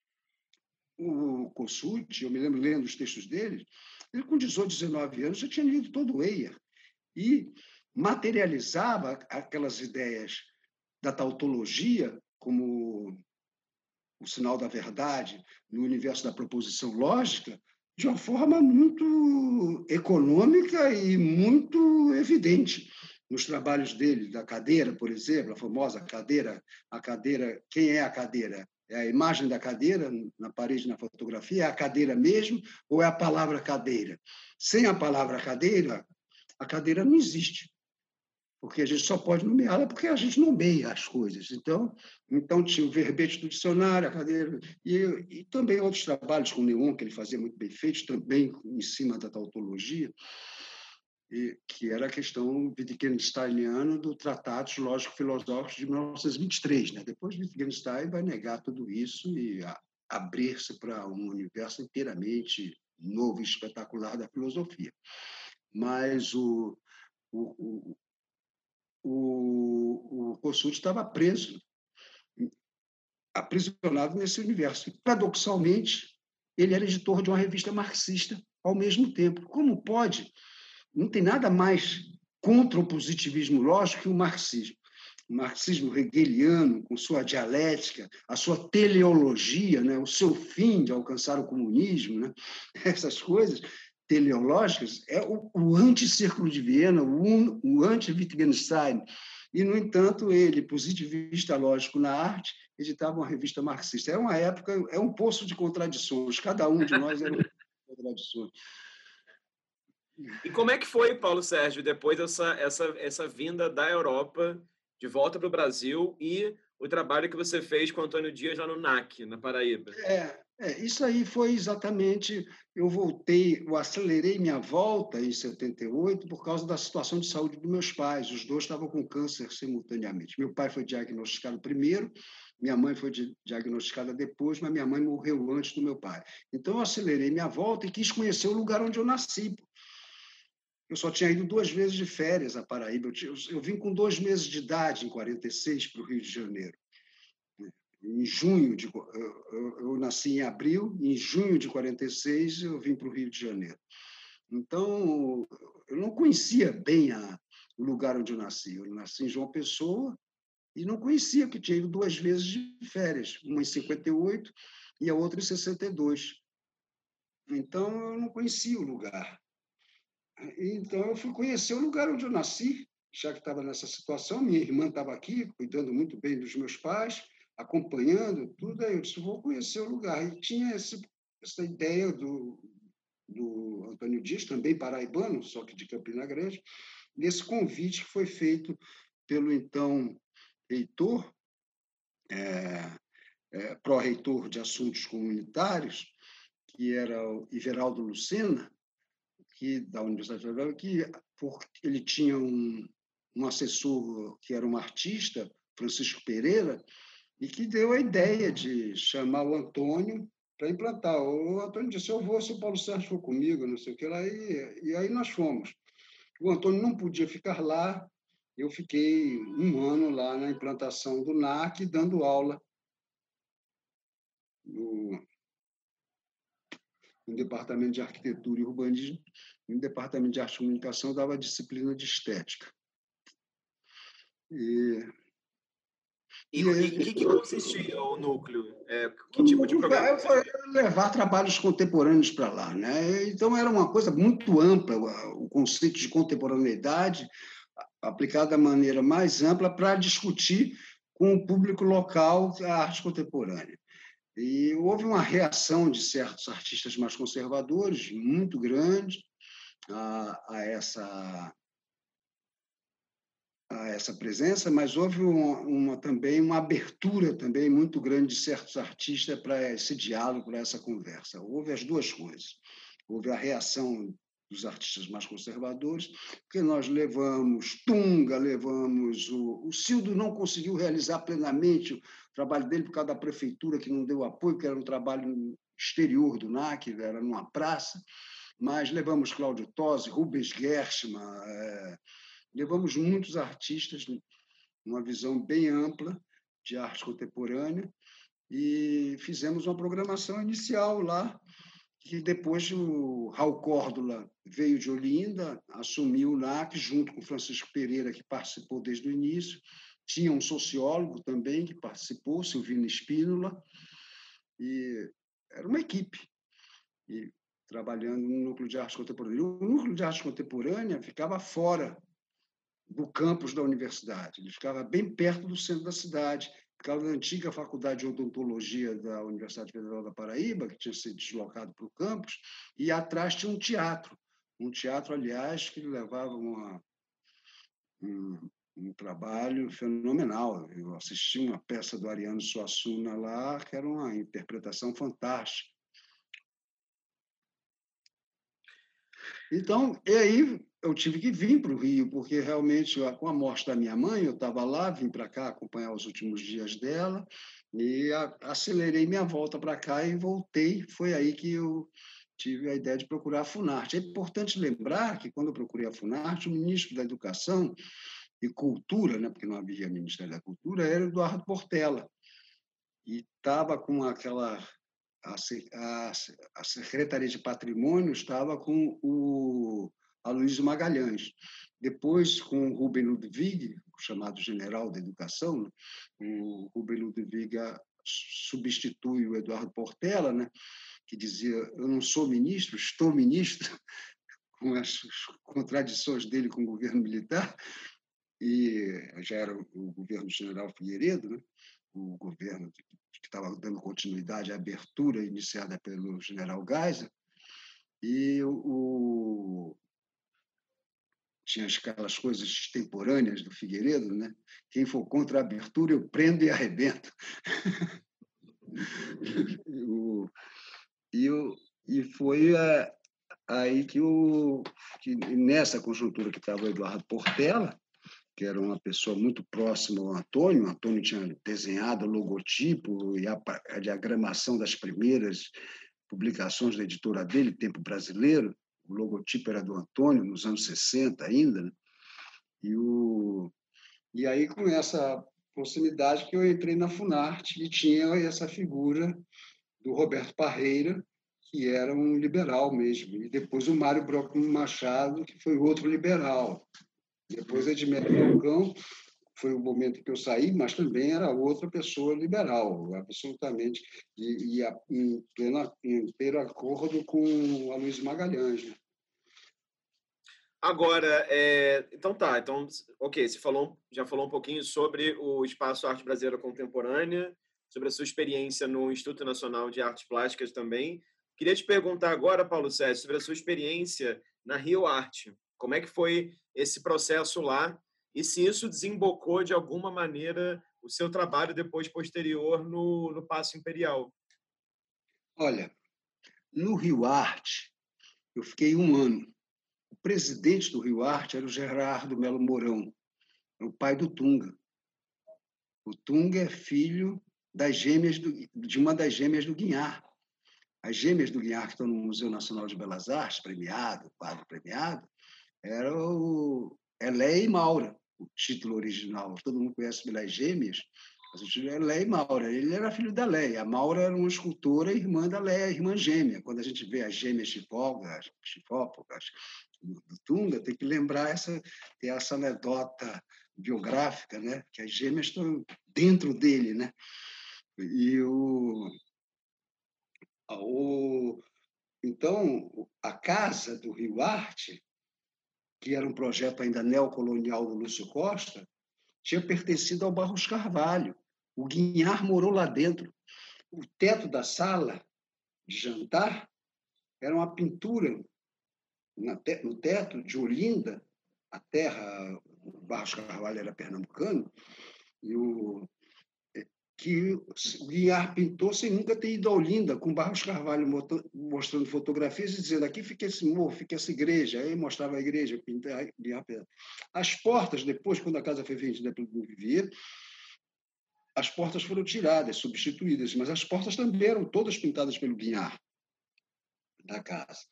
o Kossuth, eu me lembro lendo os textos dele, ele com dezoito, dezenove anos já tinha lido todo o Weyer e materializava aquelas ideias da tautologia como o sinal da verdade no universo da proposição lógica de uma forma muito econômica e muito evidente nos trabalhos dele, da cadeira, por exemplo, a famosa cadeira, a cadeira, quem é a cadeira? É a imagem da cadeira na parede, na fotografia? É a cadeira mesmo ou é a palavra cadeira? Sem a palavra cadeira, a cadeira não existe, porque a gente só pode nomeá-la porque a gente nomeia as coisas. Então, então tinha o verbete do dicionário, a cadeira, e, e também outros trabalhos com o Neon, que ele fazia muito bem feitos, também em cima da tautologia, e, que era a questão wittgensteiniana do Tratados Lógico-Filosóficos de mil novecentos e vinte e três. Né? Depois, Wittgenstein vai negar tudo isso e abrir-se para um universo inteiramente novo e espetacular da filosofia. Mas o, o, o, o Kossuth estava preso, aprisionado nesse universo. E, paradoxalmente, ele era editor de uma revista marxista ao mesmo tempo. Como pode? Não tem nada mais contra o positivismo lógico que o marxismo. O marxismo hegeliano, com sua dialética, a sua teleologia, né? O seu fim de alcançar o comunismo, né? Essas coisas teleológicas, é o, o anti-Círculo de Viena, o, o anti-Wittgenstein. E, no entanto, ele, positivista lógico na arte, editava uma revista marxista. É uma época, é um poço de contradições. Cada um de nós era um poço de contradições. E como é que foi, Paulo Sérgio, depois essa, essa, essa vinda da Europa de volta para o Brasil e o trabalho que você fez com o Antônio Dias lá no N A C, na Paraíba? É, é, isso aí foi exatamente. Eu voltei, eu acelerei minha volta em setenta e oito por causa da situação de saúde dos meus pais. Os dois estavam com câncer simultaneamente. Meu pai foi diagnosticado primeiro, minha mãe foi diagnosticada depois, mas minha mãe morreu antes do meu pai. Então, eu acelerei minha volta e quis conhecer o lugar onde eu nasci. Eu só tinha ido duas vezes de férias à Paraíba. Eu, tinha, eu vim com dois meses de idade, em quarenta e seis, para o Rio de Janeiro. Em junho, de, eu, eu nasci em abril, em junho de quarenta e seis eu vim para o Rio de Janeiro. Então, eu não conhecia bem a, o lugar onde eu nasci. Eu nasci em João Pessoa e não conhecia, porque tinha ido duas vezes de férias, uma em cinquenta e oito e a outra em sessenta e dois. Então, eu não conhecia o lugar. Então, eu fui conhecer o lugar onde eu nasci, já que estava nessa situação. Minha irmã estava aqui, cuidando muito bem dos meus pais, acompanhando tudo. Aí eu disse, vou conhecer o lugar. E tinha esse, essa ideia do, do Antônio Dias, também paraibano, só que de Campina Grande, nesse convite que foi feito pelo então reitor, é, é, pró-reitor de assuntos comunitários, que era o Iveraldo Lucena, que, da Universidade Federal, que porque ele tinha um, um assessor que era um artista, Francisco Pereira, e que deu a ideia de chamar o Antônio para implantar. O Antônio disse, eu vou se o Paulo Sérgio for comigo, não sei o que lá, e, e aí nós fomos. O Antônio não podia ficar lá, eu fiquei um ano lá na implantação do N A C, dando aula no, no Departamento de Arquitetura e Urbanismo, no Departamento de Arte e Comunicação, dava disciplina de estética. E, e em que, que consistia o núcleo? É, que tipo de programa? Foi levar trabalhos contemporâneos para lá, né? Então, era uma coisa muito ampla, o conceito de contemporaneidade aplicado da maneira mais ampla para discutir com o público local a arte contemporânea. E houve uma reação de certos artistas mais conservadores, muito grande, a, a, essa, a essa presença, mas houve uma, uma, também uma abertura também muito grande de certos artistas para esse diálogo, para essa conversa. Houve as duas coisas. Houve a reação dos artistas mais conservadores, porque nós levamos Tunga, levamos... O, o Cildo não conseguiu realizar plenamente o trabalho dele por causa da prefeitura, que não deu apoio, que era um trabalho exterior do N A C, era numa praça, mas levamos Cláudio Tosi, Rubens Gershman, é, levamos muitos artistas, uma visão bem ampla, de arte contemporânea e fizemos uma programação inicial lá, que depois o Raul Córdola veio de Olinda, assumiu o N A C, junto com o Francisco Pereira, que participou desde o início. Tinha um sociólogo também que participou, Silvino Espínola, e era uma equipe, e, trabalhando no Núcleo de Arte Contemporânea. O Núcleo de Arte Contemporânea ficava fora do campus da universidade, ele ficava bem perto do centro da cidade, ficava na antiga Faculdade de Odontologia da Universidade Federal da Paraíba, que tinha sido deslocado para o campus, e atrás tinha um teatro, um teatro, aliás, que levava uma, um, um trabalho fenomenal. Eu assisti uma peça do Ariano Suassuna lá, que era uma interpretação fantástica. Então, e aí eu tive que vir para o Rio, porque realmente, com a morte da minha mãe, eu estava lá, vim para cá acompanhar os últimos dias dela, e acelerei minha volta para cá e voltei. Foi aí que eu tive a ideia de procurar a Funarte. É importante lembrar que, quando eu procurei a Funarte, o ministro da Educação e Cultura, né, porque não havia Ministério da Cultura, era Eduardo Portela, e estava com aquela... A, a, a Secretaria de Patrimônio estava com o Aloysio Magalhães. Depois, com o Rubem Ludwig, chamado general da educação, né? O Rubem Ludwig substitui o Eduardo Portela, né? Que dizia: eu não sou ministro, estou ministro, com as contradições dele com o governo militar, e já era o governo do general Figueiredo, né? O governo que estava dando continuidade à abertura iniciada pelo general Geisel, e o, tinha aquelas coisas extemporâneas do Figueiredo, né? Quem for contra a abertura, eu prendo e arrebento. o, e, o, e foi a, aí que, o, que, nessa conjuntura que estava o Eduardo Portela, que era uma pessoa muito próxima ao Antônio. O Antônio tinha desenhado o logotipo e a, a diagramação das primeiras publicações da editora dele, Tempo Brasileiro. O logotipo era do Antônio, nos anos sessenta ainda. Né? E, o, e aí, com essa proximidade, que eu entrei na Funarte, e tinha essa figura do Roberto Parreira, que era um liberal mesmo. E depois o Mário Brockman Machado, que foi outro liberal. Depois Edmério Falcão, foi o momento que eu saí, mas também era outra pessoa liberal, absolutamente, e, e a, em, pleno, em pleno acordo com a Luiz Magalhães. Né? Agora, é... então tá, então, ok, você falou, já falou um pouquinho sobre o Espaço Arte Brasileira Contemporânea, sobre a sua experiência no Instituto Nacional de Artes Plásticas também. Queria te perguntar agora, Paulo Sérgio, sobre a sua experiência na Rio Arte. Como é que foi esse processo lá e se isso desembocou de alguma maneira o seu trabalho depois posterior no, no Paço Imperial? Olha, no Rio Arte, eu fiquei um ano. O presidente do Rio Arte era o Gerardo Melo Mourão, o pai do Tunga. O Tunga é filho das gêmeas do, de uma das gêmeas do Guinhar. As gêmeas do Guinhar, que estão no Museu Nacional de Belas Artes, premiado, quadro premiado, era o Elé e Maura, o título original. Todo mundo conhece pelas gêmeas, mas o título é Elé e Maura. Ele era filho da Leia. A Maura era uma escultora, irmã da Leia, irmã gêmea. Quando a gente vê as gêmeas chifópogas, chifópogas do Tunga, tem que lembrar essa, essa anedota biográfica, né? Que as gêmeas estão dentro dele, né? E o, o então a casa do Rio Arte, que era um projeto ainda neocolonial do Lúcio Costa, tinha pertencido ao Barros Carvalho. O Guinhar morou lá dentro. O teto da sala de jantar era uma pintura no teto de Olinda, a terra, o Barros Carvalho era pernambucano, e o, que o Guinhar pintou sem nunca ter ido a Olinda, com Barros Carvalho mostrando fotografias e dizendo: aqui fica esse morro, fica essa igreja. Aí mostrava a igreja, pintava. As portas, depois, quando a casa foi vendida pelo Vivier, as portas foram tiradas, substituídas, mas as portas também eram todas pintadas pelo Guinhar da casa.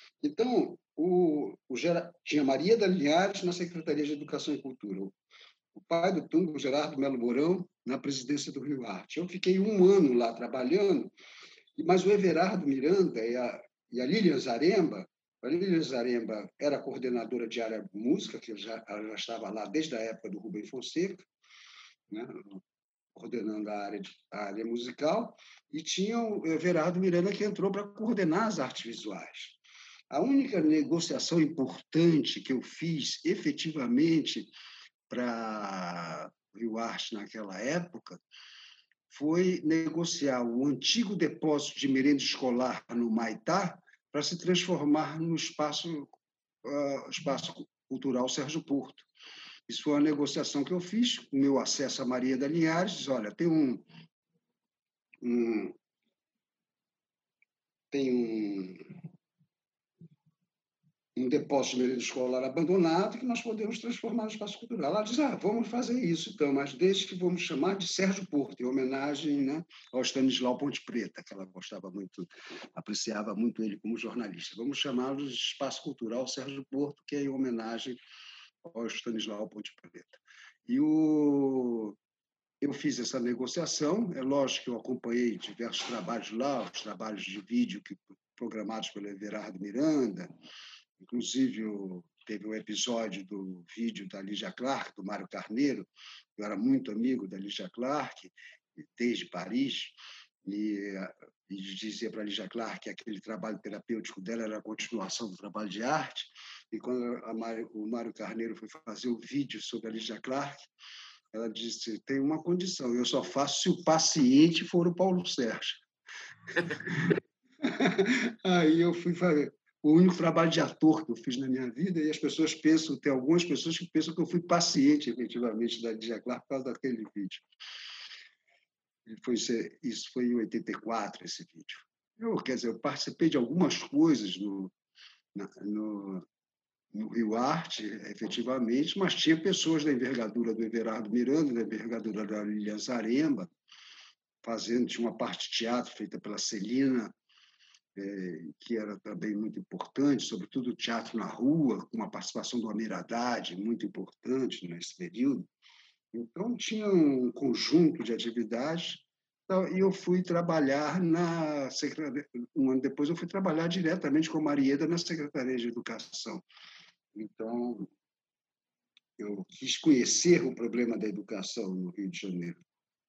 Então, o, o, tinha Maria da Linhares na Secretaria de Educação e Cultura. o pai do Tungo, Gerardo Melo Mourão, na presidência do Rio Arte. Eu fiquei um ano lá trabalhando, mas o Everardo Miranda e a, e a Lilian Zaremba, a Lilian Zaremba era coordenadora de área de música, que já, ela já estava lá desde a época do Rubem Fonseca, né, coordenando a área, de, a área musical, e tinha o Everardo Miranda, que entrou para coordenar as artes visuais. A única negociação importante que eu fiz, efetivamente, para o Rio Arte naquela época, foi negociar o antigo depósito de merenda escolar no Maitá para se transformar no espaço, uh, espaço cultural Sérgio Porto. Isso foi uma negociação que eu fiz, com o meu acesso a Maria da Linhares. Olha, tem um, um, tem um, um depósito de merenda escolar abandonado que nós podemos transformar no espaço cultural. Ela diz, ah, vamos fazer isso, então, mas desde que vamos chamar de Sérgio Porto, em homenagem, né, ao Stanislau Ponte Preta, que ela gostava muito, apreciava muito ele como jornalista. Vamos chamá-lo de Espaço Cultural Sérgio Porto, que é em homenagem ao Stanislau Ponte Preta. E o... eu fiz essa negociação, é lógico que eu acompanhei diversos trabalhos lá, os trabalhos de vídeo que, programados pelo Everardo Miranda, inclusive teve um episódio do vídeo da Lígia Clark, do Mário Carneiro, eu era muito amigo da Lígia Clark, desde Paris, e, e dizia para a Lígia Clark que aquele trabalho terapêutico dela era a continuação do trabalho de arte, e quando a Mário, o Mário Carneiro foi fazer o vídeo sobre a Lígia Clark, ela disse, tem uma condição, eu só faço se o paciente for o Paulo Sérgio. Aí eu fui fazer o único trabalho de ator que eu fiz na minha vida, e as pessoas pensam, tem algumas pessoas que pensam que eu fui paciente, efetivamente, da Lígia Clark por causa daquele vídeo. E foi, isso foi em oitenta e quatro, esse vídeo. Eu, quer dizer, eu participei de algumas coisas no, na, no, no Rio Arte, efetivamente, mas tinha pessoas da envergadura do Everardo Miranda, da envergadura da Lilian Zaremba, fazendo, tinha uma parte de teatro feita pela Celina, é, que era também muito importante, sobretudo o teatro na rua, com uma participação do Amir Haddad, muito importante nesse período. Então, tinha um conjunto de atividades, e eu fui trabalhar na Secretaria, um ano depois eu fui trabalhar diretamente com a Marieda na Secretaria de Educação. Então, eu quis conhecer o problema da educação no Rio de Janeiro.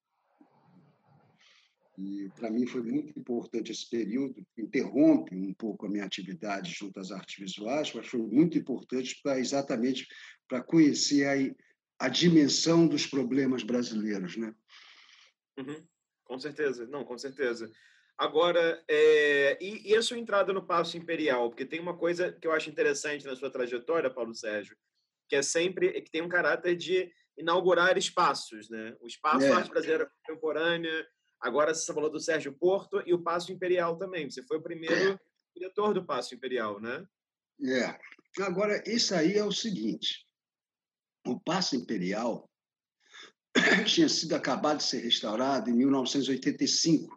E, para mim, foi muito importante esse período, interrompe um pouco a minha atividade junto às artes visuais, mas foi muito importante para exatamente para conhecer a, a dimensão dos problemas brasileiros, né? Uhum. Com certeza, não, com certeza. Agora, é... e, e a sua entrada no Paço Imperial? Porque tem uma coisa que eu acho interessante na sua trajetória, Paulo Sérgio, que é sempre que tem um caráter de inaugurar espaços, né? O Espaço É. Arte Brasileira Contemporânea. Agora você falou do Sérgio Porto e o Paço Imperial também. Você foi o primeiro diretor do Paço Imperial, né? É. Agora, isso aí é o seguinte. O Paço Imperial tinha sido acabado de ser restaurado em mil novecentos e oitenta e cinco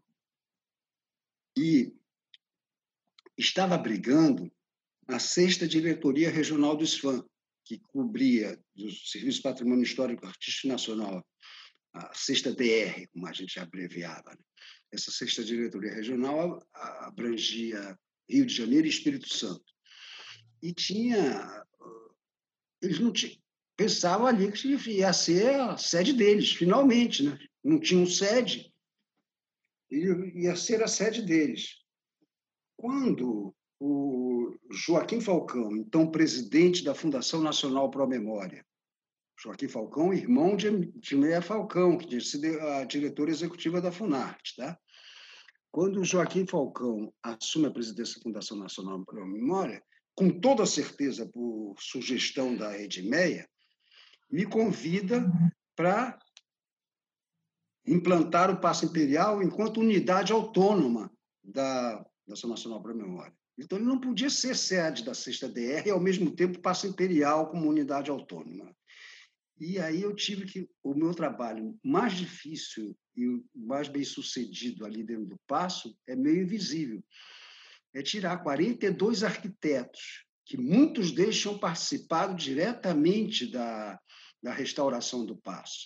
e estava abrigando a sexta Diretoria Regional do SFAM, que cobria do Serviço de Patrimônio Histórico Artístico Nacional, a sexta D R, como a gente abreviava, né? Essa sexta diretoria regional abrangia Rio de Janeiro e Espírito Santo. E tinha... Eles não tinham... Pensavam ali que ia ser a sede deles, finalmente, né? Não tinham sede, e ia ser a sede deles. Quando o Joaquim Falcão, então presidente da Fundação Nacional Pro Memória, Joaquim Falcão, irmão de, de Meia Falcão, que tinha sido a diretora executiva da Funarte, tá? Quando o Joaquim Falcão assume a presidência da Fundação Nacional para a Memória, com toda certeza por sugestão da Edmeia, me convida para implantar o Paço Imperial enquanto unidade autônoma da Fundação Nacional para a Memória. Então, ele não podia ser sede da sexta D R e, ao mesmo tempo, Paço Imperial como unidade autônoma. E aí eu tive que... O meu trabalho mais difícil e o mais bem-sucedido ali dentro do Paço é meio invisível. É tirar quarenta e dois arquitetos, que muitos deles tinham participado diretamente da, da restauração do Paço.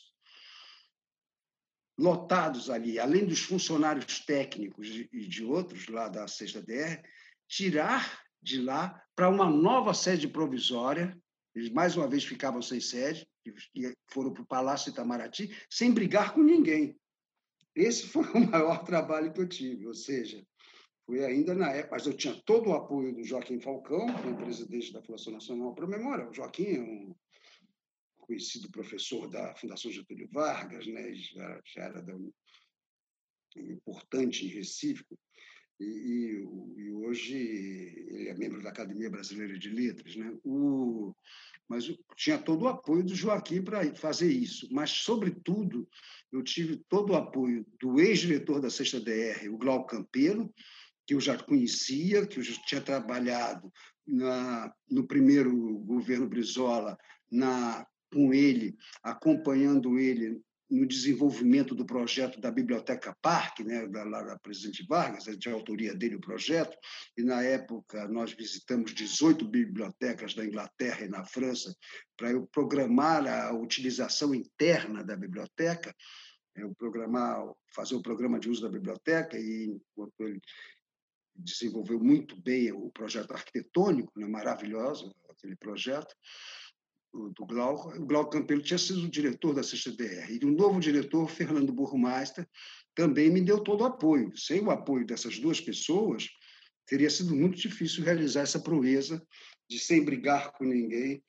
Lotados ali, além dos funcionários técnicos e de outros lá da sexta D R, tirar de lá para uma nova sede provisória. Eles, mais uma vez, ficavam sem sede, e foram para o Palácio Itamaraty, sem brigar com ninguém. Esse foi o maior trabalho que eu tive, ou seja, foi ainda na época, mas eu tinha todo o apoio do Joaquim Falcão, que é o presidente da Fundação Nacional para a Memória. O Joaquim é um conhecido professor da Fundação Getúlio Vargas, né? já, já era da, importante em Recife, e, e, e hoje ele é membro da Academia Brasileira de Letras, né? O, mas tinha todo o apoio do Joaquim para fazer isso, mas, sobretudo, eu tive todo o apoio do ex-diretor da sexta D R, o Glauco Campelo, que eu já conhecia, que eu já tinha trabalhado na, no primeiro governo Brizola, na, com ele, acompanhando ele no desenvolvimento do projeto da Biblioteca Parque, né, da, da Presidente Vargas, é de autoria dele o projeto, e, na época, nós visitamos dezoito bibliotecas da Inglaterra e na França para eu programar a utilização interna da biblioteca, eu programar, fazer o programa de uso da biblioteca, e, enquanto ele desenvolveu muito bem o projeto arquitetônico, né, maravilhoso aquele projeto, do Glauco. O Glauco Campelo tinha sido o diretor da sexta D R. E o novo diretor, Fernando Burmeister, também me deu todo o apoio. Sem o apoio dessas duas pessoas, teria sido muito difícil realizar essa proeza de, sem brigar com ninguém,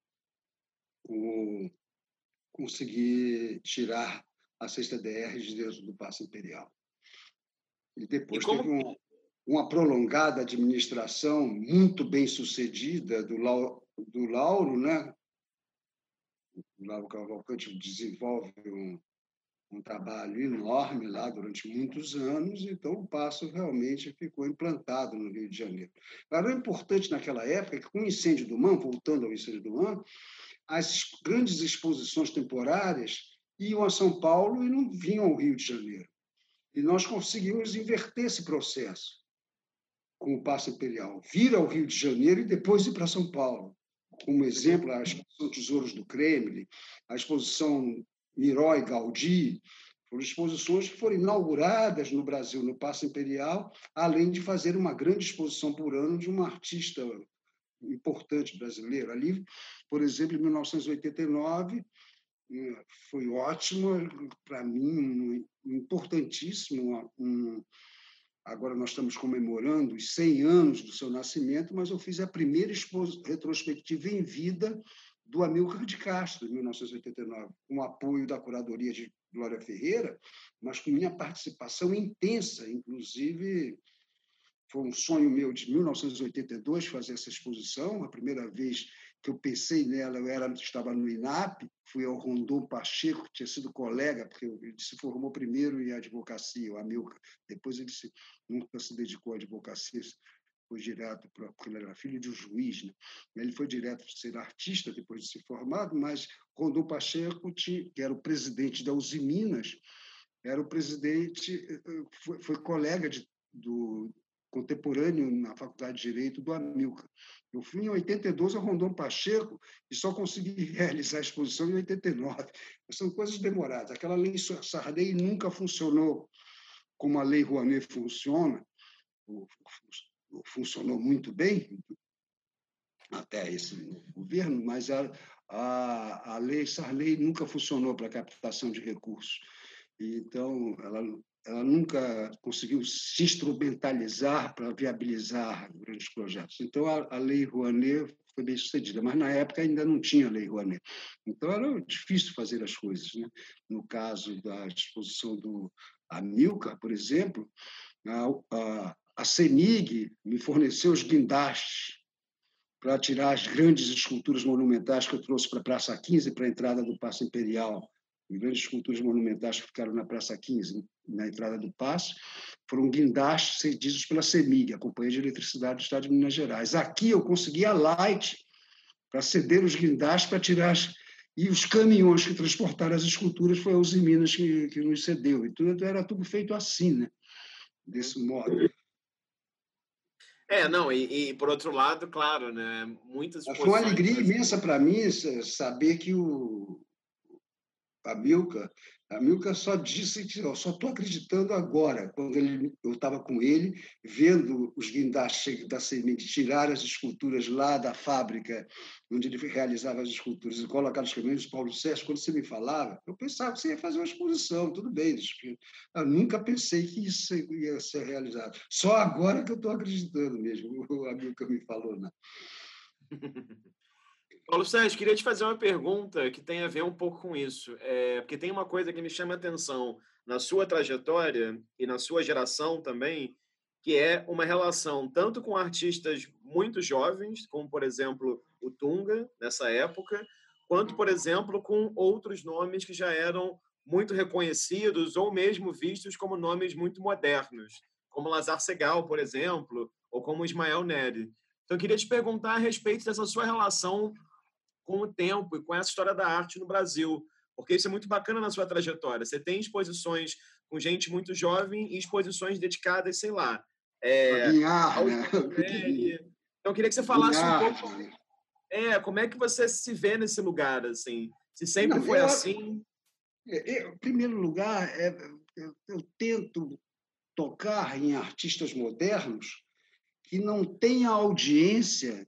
o, conseguir tirar a sexta D R de dentro do Paço Imperial. E depois e como... teve um, uma prolongada administração muito bem sucedida do, Lau, do Lauro, né? O Lauro Cavalcante desenvolve um, um trabalho enorme lá durante muitos anos, então o Paço realmente ficou implantado no Rio de Janeiro. Agora, o importante naquela época é que, com o incêndio do MAM, voltando ao incêndio do MAM, as grandes exposições temporárias iam a São Paulo e não vinham ao Rio de Janeiro. E nós conseguimos inverter esse processo com o Paço Imperial, vir ao Rio de Janeiro e depois ir para São Paulo. Como exemplo, a exposição Tesouros do Kremlin, a exposição Miró e Gaudí, foram exposições que foram inauguradas no Brasil, no Paço Imperial, além de fazer uma grande exposição por ano de um artista importante brasileiro. Ali, por exemplo, em mil novecentos e oitenta e nove, foi ótimo, para mim, importantíssimo. Um, agora nós estamos comemorando os cem anos do seu nascimento, mas eu fiz a primeira retrospectiva em vida do Amílcar de Castro, em mil novecentos e oitenta e nove, com o apoio da curadoria de Glória Ferreira, mas com minha participação intensa. Inclusive, foi um sonho meu de mil novecentos e oitenta e dois fazer essa exposição. A primeira vez que eu pensei nela, eu era, estava no INAP, fui ao Rondon Pacheco, que tinha sido colega, porque ele se formou primeiro em advocacia, o Amílcar. Depois ele se, nunca se dedicou à advocacia, foi direto, para, porque ele era filho de um juiz, né? Ele foi direto para ser artista depois de se formado, mas Rondon Pacheco, que era o presidente da Uzi Minas, era o presidente, foi, foi colega de, do contemporâneo na Faculdade de Direito do Amílcar. Eu fui em oitenta e dois ao Rondon Pacheco e só consegui realizar a exposição em oitenta e nove. São coisas demoradas. Aquela lei Sarney nunca funcionou como a lei Rouanet funciona, funcionou muito bem até esse governo, mas a, a, a lei Sarney nunca funcionou para a captação de recursos. Então, ela, ela nunca conseguiu se instrumentalizar para viabilizar grandes projetos. Então, a, a lei Rouanet foi bem sucedida, mas na época ainda não tinha lei Rouanet. Então, era difícil fazer as coisas, né? No caso da exposição do Amílcar, por exemplo, a, a, a CEMIG me forneceu os guindastes para tirar as grandes esculturas monumentais que eu trouxe para a Praça quinze, para a entrada do Paço Imperial. As grandes esculturas monumentais que ficaram na Praça quinze, na entrada do Paço, foram guindastes cedidos pela CEMIG, a Companhia de Eletricidade do Estado de Minas Gerais. Aqui eu consegui a Light para ceder os guindastes, para tirar as... E os caminhões que transportaram as esculturas foi a Uzi Minas que, que nos cedeu. E tudo, era tudo feito assim, né? Desse modo. É, não, e, e por outro lado, claro, né, muitas Foi uma exposições alegria imensa brasileiras. para mim saber que o a Milka, a Milka só disse que eu só estou acreditando agora, quando ele, eu estava com ele, vendo os guindastes da semente tirar as esculturas lá da fábrica, onde ele realizava as esculturas, e colocar os caminhos de Paulo Sérgio. Quando você me falava, eu pensava que você ia fazer uma exposição, tudo bem, eu nunca pensei que isso ia ser realizado. Só agora que eu estou acreditando mesmo, a Milka me falou, né? Paulo Sérgio, queria te fazer uma pergunta que tem a ver um pouco com isso, é, porque tem uma coisa que me chama a atenção na sua trajetória e na sua geração também, que é uma relação tanto com artistas muito jovens, como, por exemplo, o Tunga, nessa época, quanto, por exemplo, com outros nomes que já eram muito reconhecidos ou mesmo vistos como nomes muito modernos, como Lazar Segal, por exemplo, ou como Ismael Neri. Então, eu queria te perguntar a respeito dessa sua relação com o tempo e com essa história da arte no Brasil, porque isso é muito bacana na sua trajetória. Você tem exposições com gente muito jovem e exposições dedicadas, sei lá, A é, Guinhar, ao né? Ismael Neri. Então, eu queria que você falasse um Guinhar, pouco, é, como é que você se vê nesse lugar, assim? Se sempre não, foi eu, assim? eu, em primeiro lugar, é, eu, eu tento tocar em artistas modernos que não têm a audiência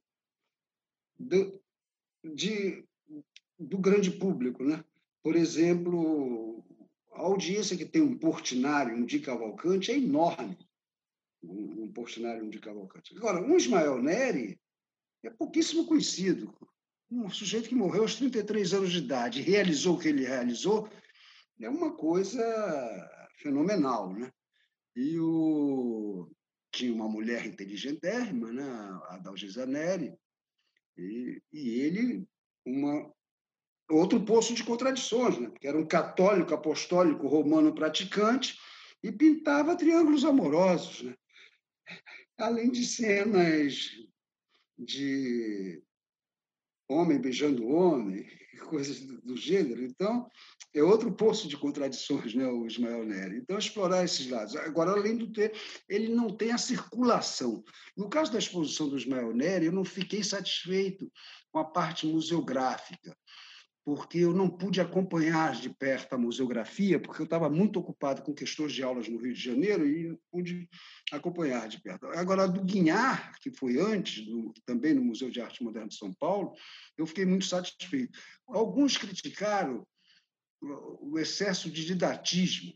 do, de, do grande público, né? Por exemplo, a audiência que tem um Portinari, um Di Cavalcanti, é enorme, um, um Portinari, um Di Cavalcanti. Agora, um Ismael Neri é pouquíssimo conhecido. Um sujeito que morreu aos trinta e três anos de idade, realizou o que ele realizou, é uma coisa fenomenal, né? E o... tinha uma mulher inteligentérrima, né? A Dalgisa Neri, e, e ele, uma... outro poço de contradições, né? Porque era um católico apostólico romano praticante e pintava triângulos amorosos, né? Além de cenas de homem beijando homem, coisas do gênero. Então, é outro poço de contradições, né, o Ismael Neri. Então, explorar esses lados. Agora, além do ter, ele não tem a circulação. No caso da exposição do Ismael Neri, eu não fiquei satisfeito com a parte museográfica, porque eu não pude acompanhar de perto a museografia, porque eu estava muito ocupado com questões de aulas no Rio de Janeiro e não pude acompanhar de perto. Agora, do Guinhar, que foi antes, do, também no Museu de Arte Moderna de São Paulo, eu fiquei muito satisfeito. Alguns criticaram o excesso de didatismo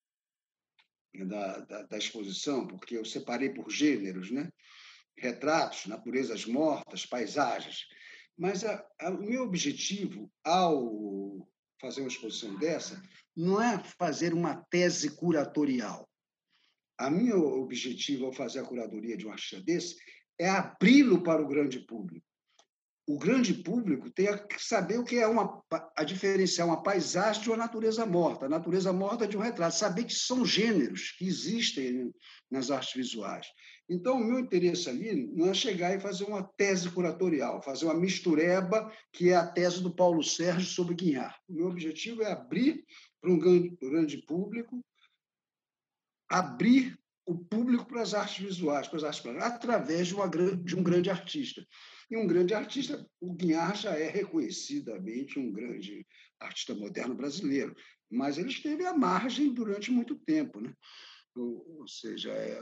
da, da, da exposição, porque eu separei por gêneros, né? Retratos, naturezas mortas, paisagens. Mas a, a, o meu objetivo, ao fazer uma exposição dessa, não é fazer uma tese curatorial. A meu objetivo, ao fazer a curadoria de um artista desse, é abri-lo para o grande público. O grande público tem que saber o que é uma, a diferenciar uma paisagem de uma natureza morta, a natureza morta de um retrato, saber que são gêneros que existem nas artes visuais. Então, o meu interesse ali não é chegar e fazer uma tese curatorial, fazer uma mistureba, que é a tese do Paulo Sérgio sobre Guinhar. O meu objetivo é abrir para um grande, grande público, abrir o público para as artes visuais, para as artes plásticas, através de, uma, de um grande artista. E um grande artista, o Guinhar já é reconhecidamente um grande artista moderno brasileiro, mas ele esteve à margem durante muito tempo, né? Ou, ou seja, é,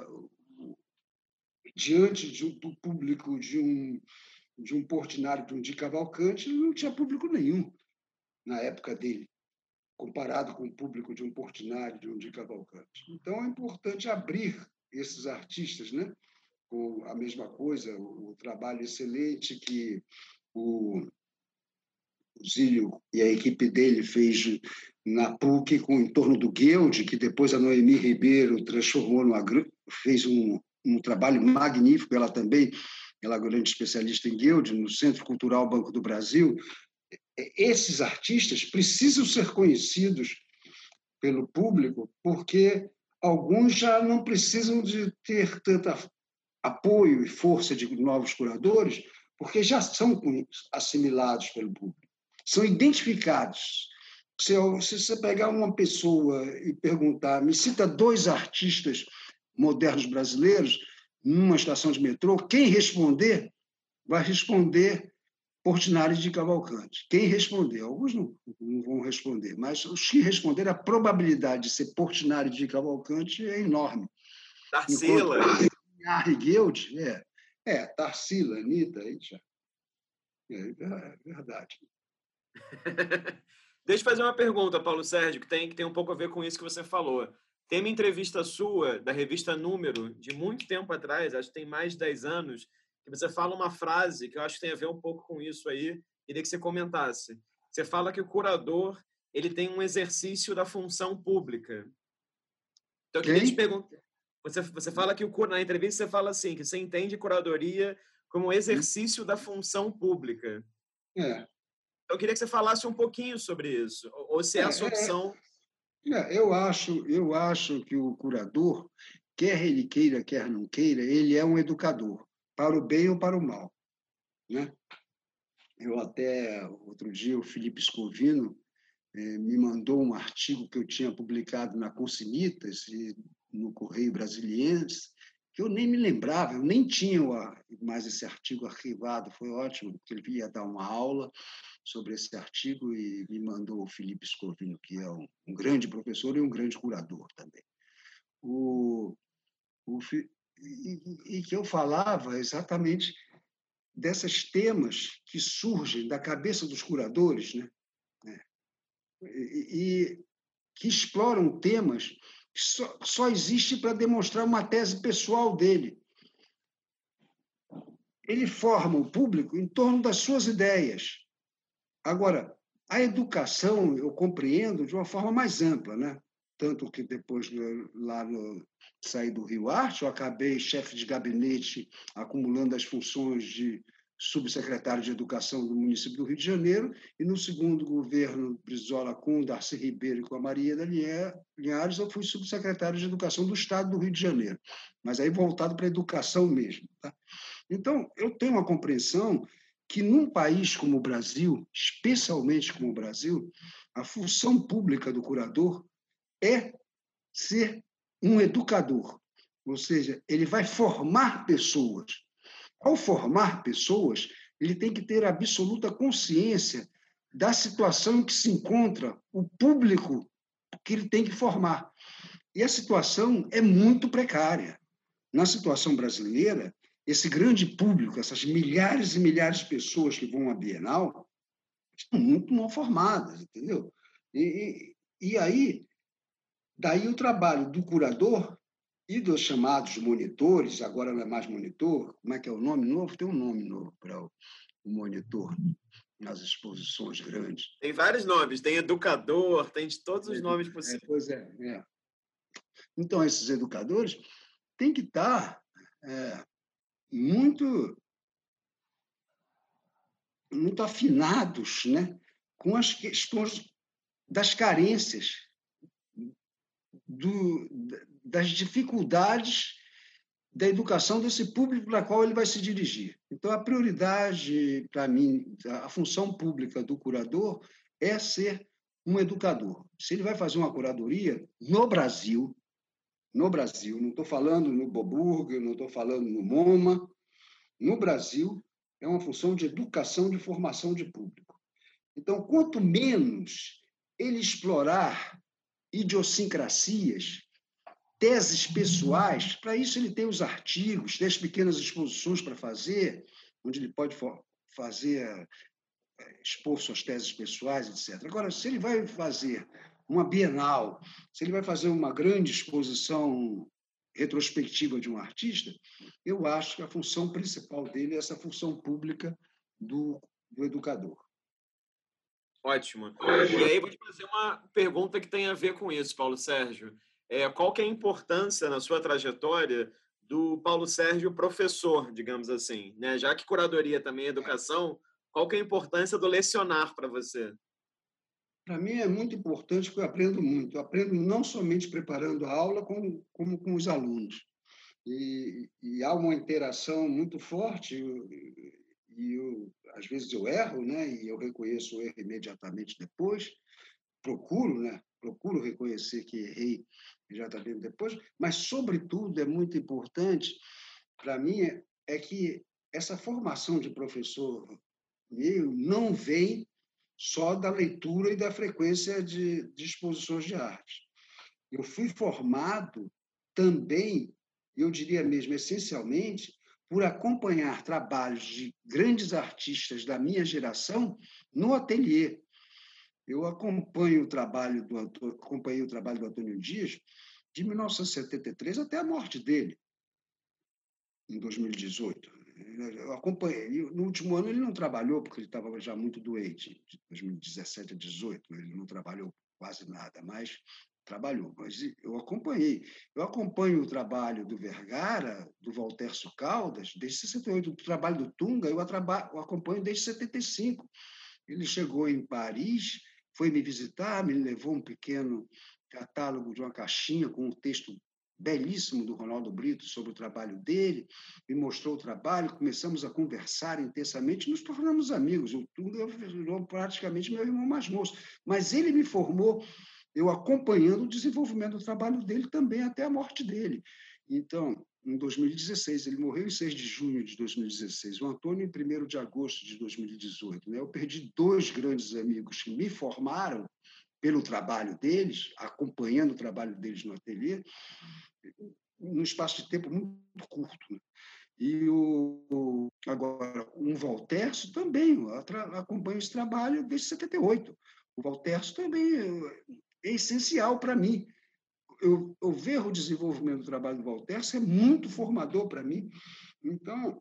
diante de, do público de um, de um Portinari, de um Di Cavalcanti, ele não tinha público nenhum na época dele, comparado com o público de um Portinari, de um Di Cavalcanti. Então, é importante abrir esses artistas, né? Com a mesma coisa, o trabalho excelente que o Zílio e a equipe dele fez na PUC com em torno do Guild, que depois a Noemi Ribeiro transformou numa fez um, um trabalho magnífico, ela também, ela é grande especialista em Guild, no Centro Cultural Banco do Brasil. Esses artistas precisam ser conhecidos pelo público, porque alguns já não precisam de ter tanta apoio e força de novos curadores, porque já são assimilados pelo público, são identificados. Se, eu, se você pegar uma pessoa e perguntar, me cita dois artistas modernos brasileiros, numa estação de metrô, quem responder vai responder Portinari de Cavalcante. Quem responder, alguns não, não vão responder, mas os que responderem, a probabilidade de ser Portinari de Cavalcante é enorme. Tarsila. Arrigueude, é, é, Tarsila, Anitta, aí já. É, é verdade. Deixa eu fazer uma pergunta, Paulo Sérgio, que tem, que tem um pouco a ver com isso que você falou. Tem uma entrevista sua, da revista Número, de muito tempo atrás, acho que tem mais de dez anos, que você fala uma frase que eu acho que tem a ver um pouco com isso aí, queria que você comentasse. Você fala que o curador ele tem um exercício da função pública. Então, eu queria Quem? te perguntar. Você, você fala que o, na entrevista você fala assim, que você entende curadoria como exercício da função pública. É. Eu queria que você falasse um pouquinho sobre isso, ou se É, essa é, opção... é, eu, acho, eu acho que o curador, quer ele queira, quer não queira, ele é um educador, para o bem ou para o mal, né? Eu até, outro dia, o Felipe Scovino eh, me mandou um artigo que eu tinha publicado na Consinitas e no Correio Brasiliense, que eu nem me lembrava, eu nem tinha mais esse artigo arquivado, foi ótimo, porque ele ia dar uma aula sobre esse artigo e me mandou o Felipe Scovino, que é um, um grande professor e um grande curador também. O, o, e, e que eu falava exatamente desses temas que surgem da cabeça dos curadores, né? E, e que exploram temas que só, só existe para demonstrar uma tese pessoal dele. Ele forma o público em torno das suas ideias. Agora, a educação eu compreendo de uma forma mais ampla, né? Tanto que depois, lá no saí do Rio Arte, eu acabei chefe de gabinete, acumulando as funções de subsecretário de Educação do município do Rio de Janeiro, e no segundo governo Brizola com o Darcy Ribeiro e com a Maria da Linhares, eu fui subsecretário de Educação do Estado do Rio de Janeiro, mas aí voltado para a educação mesmo. Tá? Então, eu tenho uma compreensão que num país como o Brasil, especialmente como o Brasil, a função pública do curador é ser um educador, ou seja, ele vai formar pessoas. Ao formar pessoas, ele tem que ter absoluta consciência da situação em que se encontra o público que ele tem que formar. E a situação é muito precária. Na situação brasileira, esse grande público, essas milhares e milhares de pessoas que vão à Bienal, estão muito mal formadas, entendeu? E, e, e aí, daí o trabalho do curador e dos chamados monitores, agora não é mais monitor, como é que é o nome novo? Tem um nome novo para o monitor nas exposições grandes. Tem vários nomes, tem educador, tem de todos os É, nomes é, possíveis. pois é, é. Então, esses educadores têm que estar é, muito, muito afinados, né, com as questões das carências, do, das dificuldades da educação desse público para qual ele vai se dirigir. Então, a prioridade, para mim, a função pública do curador é ser um educador. Se ele vai fazer uma curadoria no Brasil, no Brasil, não estou falando no Boburg, não estou falando no MoMA, no Brasil, é uma função de educação, de formação de público. Então, quanto menos ele explorar idiosincrasias, teses pessoais, para isso ele tem os artigos, tem as pequenas exposições para fazer, onde ele pode fazer, expor suas teses pessoais, etcétera. Agora, se ele vai fazer uma bienal, se ele vai fazer uma grande exposição retrospectiva de um artista, eu acho que a função principal dele é essa função pública do, do educador. Ótimo. E aí vou te fazer uma pergunta que tem a ver com isso, Paulo Sérgio. É, qual que é a importância na sua trajetória do Paulo Sérgio professor, digamos assim, né? Já que curadoria também é educação, qual que é a importância do lecionar para você? Para mim é muito importante, porque eu aprendo muito. Eu aprendo não somente preparando a aula, como, como com os alunos. E, e há uma interação muito forte, e, e eu, às vezes eu erro, né? E eu reconheço o erro imediatamente depois, procuro, né? Procuro reconhecer que errei imediatamente depois, mas, sobretudo, é muito importante para mim, é, é que essa formação de professor meu não vem só da leitura e da frequência de, de exposições de arte. Eu fui formado também, eu diria mesmo essencialmente, por acompanhar trabalhos de grandes artistas da minha geração no ateliê. Eu acompanho o trabalho do acompanhei o trabalho do Antônio Dias de mil novecentos e setenta e três até a morte dele, em dois mil e dezoito. Eu acompanhei. No último ano ele não trabalhou, porque ele estava já muito doente, de dois mil e dezessete a dezoito, ele não trabalhou quase nada, mas trabalhou. Mas eu acompanhei. Eu acompanho o trabalho do Vergara, do Valterço Caldas, desde sessenta e oito. O trabalho do Tunga eu, eu acompanho desde setenta e cinco. Ele chegou em Paris, foi me visitar, me levou um pequeno catálogo de uma caixinha com um texto belíssimo do Ronaldo Brito sobre o trabalho dele, me mostrou o trabalho, começamos a conversar intensamente, nos tornamos amigos. O Tunga virou praticamente meu irmão mais moço, mas ele me formou, eu acompanhando o desenvolvimento do trabalho dele também até a morte dele. Então, em dois mil e dezesseis, ele morreu em seis de junho de dois mil e dezesseis, o Antônio em primeiro de agosto de dois mil e dezoito. Né? Eu perdi dois grandes amigos que me formaram pelo trabalho deles, acompanhando o trabalho deles no ateliê, num espaço de tempo muito curto. Né? E o, agora, um Valterço também, acompanho esse trabalho desde setenta e oito. O Valterço também é essencial para mim. Eu, eu ver o desenvolvimento do trabalho do Valterço é muito formador para mim. Então,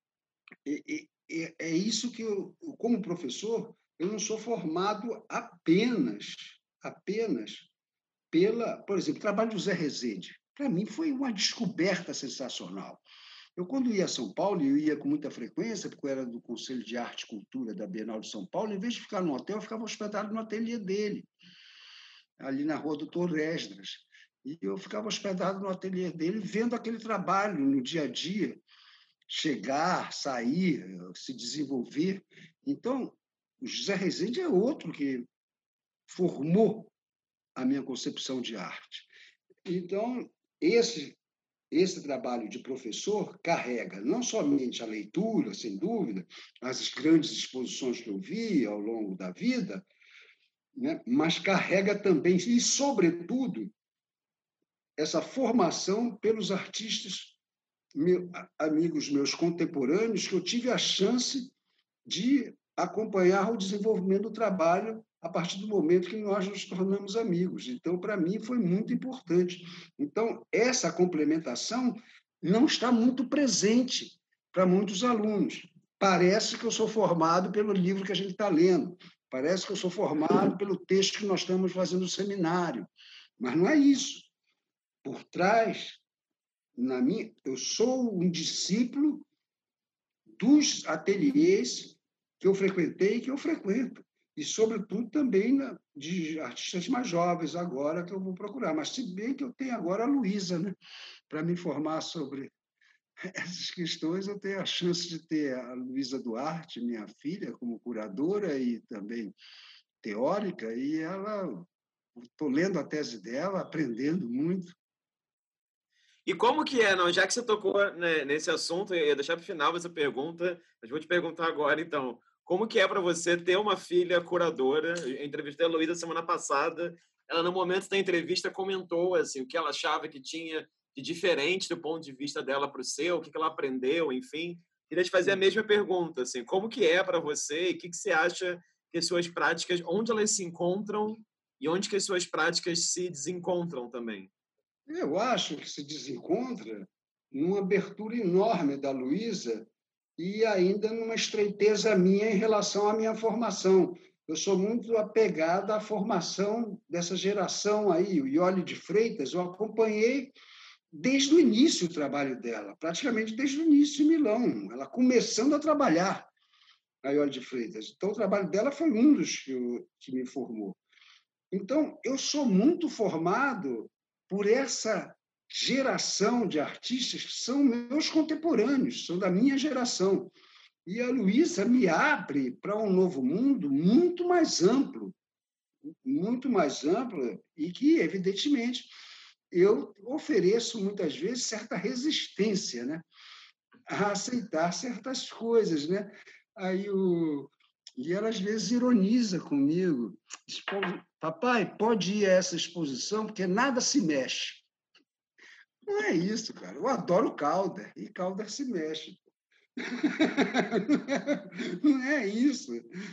é, é, é isso que eu, como professor, eu não sou formado apenas, apenas pela, por exemplo, o trabalho do Zé Rezende. Para mim foi uma descoberta sensacional. Eu, quando ia a São Paulo, eu ia com muita frequência, porque eu era do Conselho de Arte e Cultura da Bienal de São Paulo, em vez de ficar no hotel, eu ficava hospedado no ateliê dele, ali na rua Doutor Esdras. E eu ficava hospedado no ateliê dele, vendo aquele trabalho no dia a dia, chegar, sair, se desenvolver. Então, o José Rezende é outro que formou a minha concepção de arte. Então, esse, esse trabalho de professor carrega não somente a leitura, sem dúvida, as grandes exposições que eu vi ao longo da vida, né? Mas carrega também, e sobretudo, essa formação pelos artistas, meu, amigos meus contemporâneos, que eu tive a chance de acompanhar o desenvolvimento do trabalho a partir do momento que nós nos tornamos amigos. Então, para mim, foi muito importante. Então, essa complementação não está muito presente para muitos alunos. Parece que eu sou formado pelo livro que a gente está lendo, parece que eu sou formado pelo texto que nós estamos fazendo no seminário, mas não é isso. Por trás, na minha, eu sou um discípulo dos ateliês que eu frequentei e que eu frequento. E, sobretudo, também de artistas mais jovens, agora que eu vou procurar. Mas, se bem que eu tenho agora a Luísa, né? Para me informar sobre essas questões, eu tenho a chance de ter a Luísa Duarte, minha filha, como curadora e também teórica, e ela, estou lendo a tese dela, aprendendo muito. E como que é, não? Já que você tocou, né, nesse assunto, eu ia deixar para o final essa pergunta, mas vou te perguntar agora, então. Como que é para você ter uma filha curadora? Eu entrevistei a Luísa semana passada. Ela, no momento da entrevista, comentou assim, o que ela achava que tinha de diferente do ponto de vista dela para o seu, o que ela aprendeu, enfim. Queria te fazer a mesma pergunta, assim, como que é para você e o que, que você acha que as suas práticas, onde elas se encontram e onde que as suas práticas se desencontram também? Eu acho que se desencontra numa abertura enorme da Luísa e ainda numa estreiteza minha em relação à minha formação. Eu sou muito apegado à formação dessa geração aí, o Iole de Freitas, eu acompanhei desde o início o trabalho dela, praticamente desde o início em Milão, ela começando a trabalhar, a Iole de Freitas. Então, o trabalho dela foi um dos que, eu, que me formou. Então, eu sou muito formado por essa geração de artistas que são meus contemporâneos, são da minha geração. E a Luísa me abre para um novo mundo muito mais amplo, muito mais amplo, e que, evidentemente, eu ofereço muitas vezes certa resistência, né? a aceitar certas coisas, né? Aí o e ela às vezes ironiza comigo, diz, papai, pode ir a essa exposição porque nada se mexe. Não é isso, cara. Eu adoro Calder e Calder se mexe. Não é isso.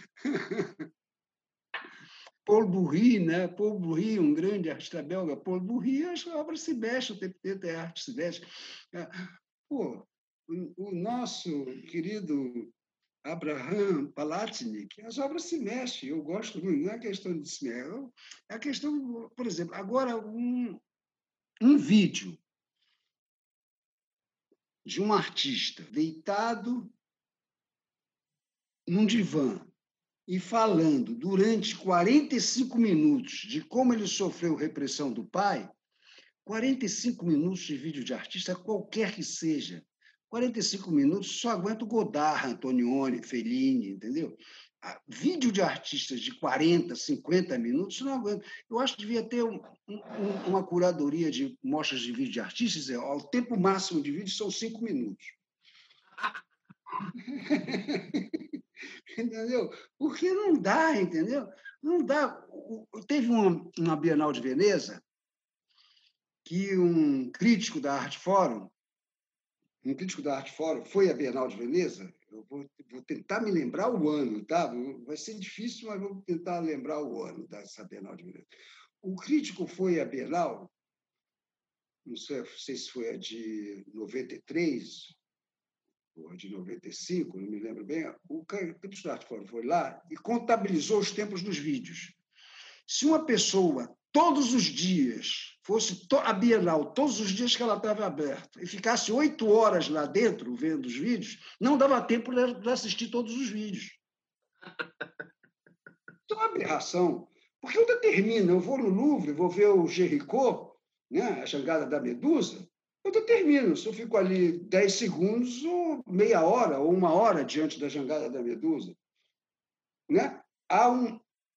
Paul Bourrit, né? Paul Bourrit, um grande artista belga, Paul Bourrit, as obras se mexem, o tempo inteiro a arte se mexe. Pô, o nosso querido Abraham Palatnik, as obras se mexem, eu gosto muito, não é questão de se mexer, é a questão, por exemplo, agora um, um vídeo de um artista deitado num divã e falando durante quarenta e cinco minutos de como ele sofreu repressão do pai, quarenta e cinco minutos de vídeo de artista, qualquer que seja, quarenta e cinco minutos só aguenta o Godard, Antonioni, Fellini, entendeu? Vídeo de artistas de quarenta, cinquenta minutos, não aguenta. Eu acho que devia ter um, um, uma curadoria de mostras de vídeo de artistas, é, ó, o tempo máximo de vídeo são cinco minutos. Entendeu? Porque não dá, entendeu? Não dá. Teve uma, uma Bienal de Veneza que um crítico da Arte Fórum, um crítico da Arte Fórum foi à Bienal de Veneza, eu vou, vou tentar me lembrar o ano, tá? Vai ser difícil, mas vou tentar lembrar o ano dessa Bienal de Veneza. O crítico foi à Bienal, não sei, não sei se foi a de noventa e três, ou de noventa e cinco, não me lembro bem, o crítico da Arte Fórum foi lá e contabilizou os tempos dos vídeos. Se uma pessoa, todos os dias, fosse a Bienal, todos os dias que ela estava aberta, e ficasse oito horas lá dentro vendo os vídeos, não dava tempo de assistir todos os vídeos. Isso é uma aberração. Porque eu determino, eu vou no Louvre, vou ver o Géricault, né, a Jangada da Medusa, eu determino se eu fico ali dez segundos, ou meia hora, ou uma hora diante da Jangada da Medusa. Né? Há um,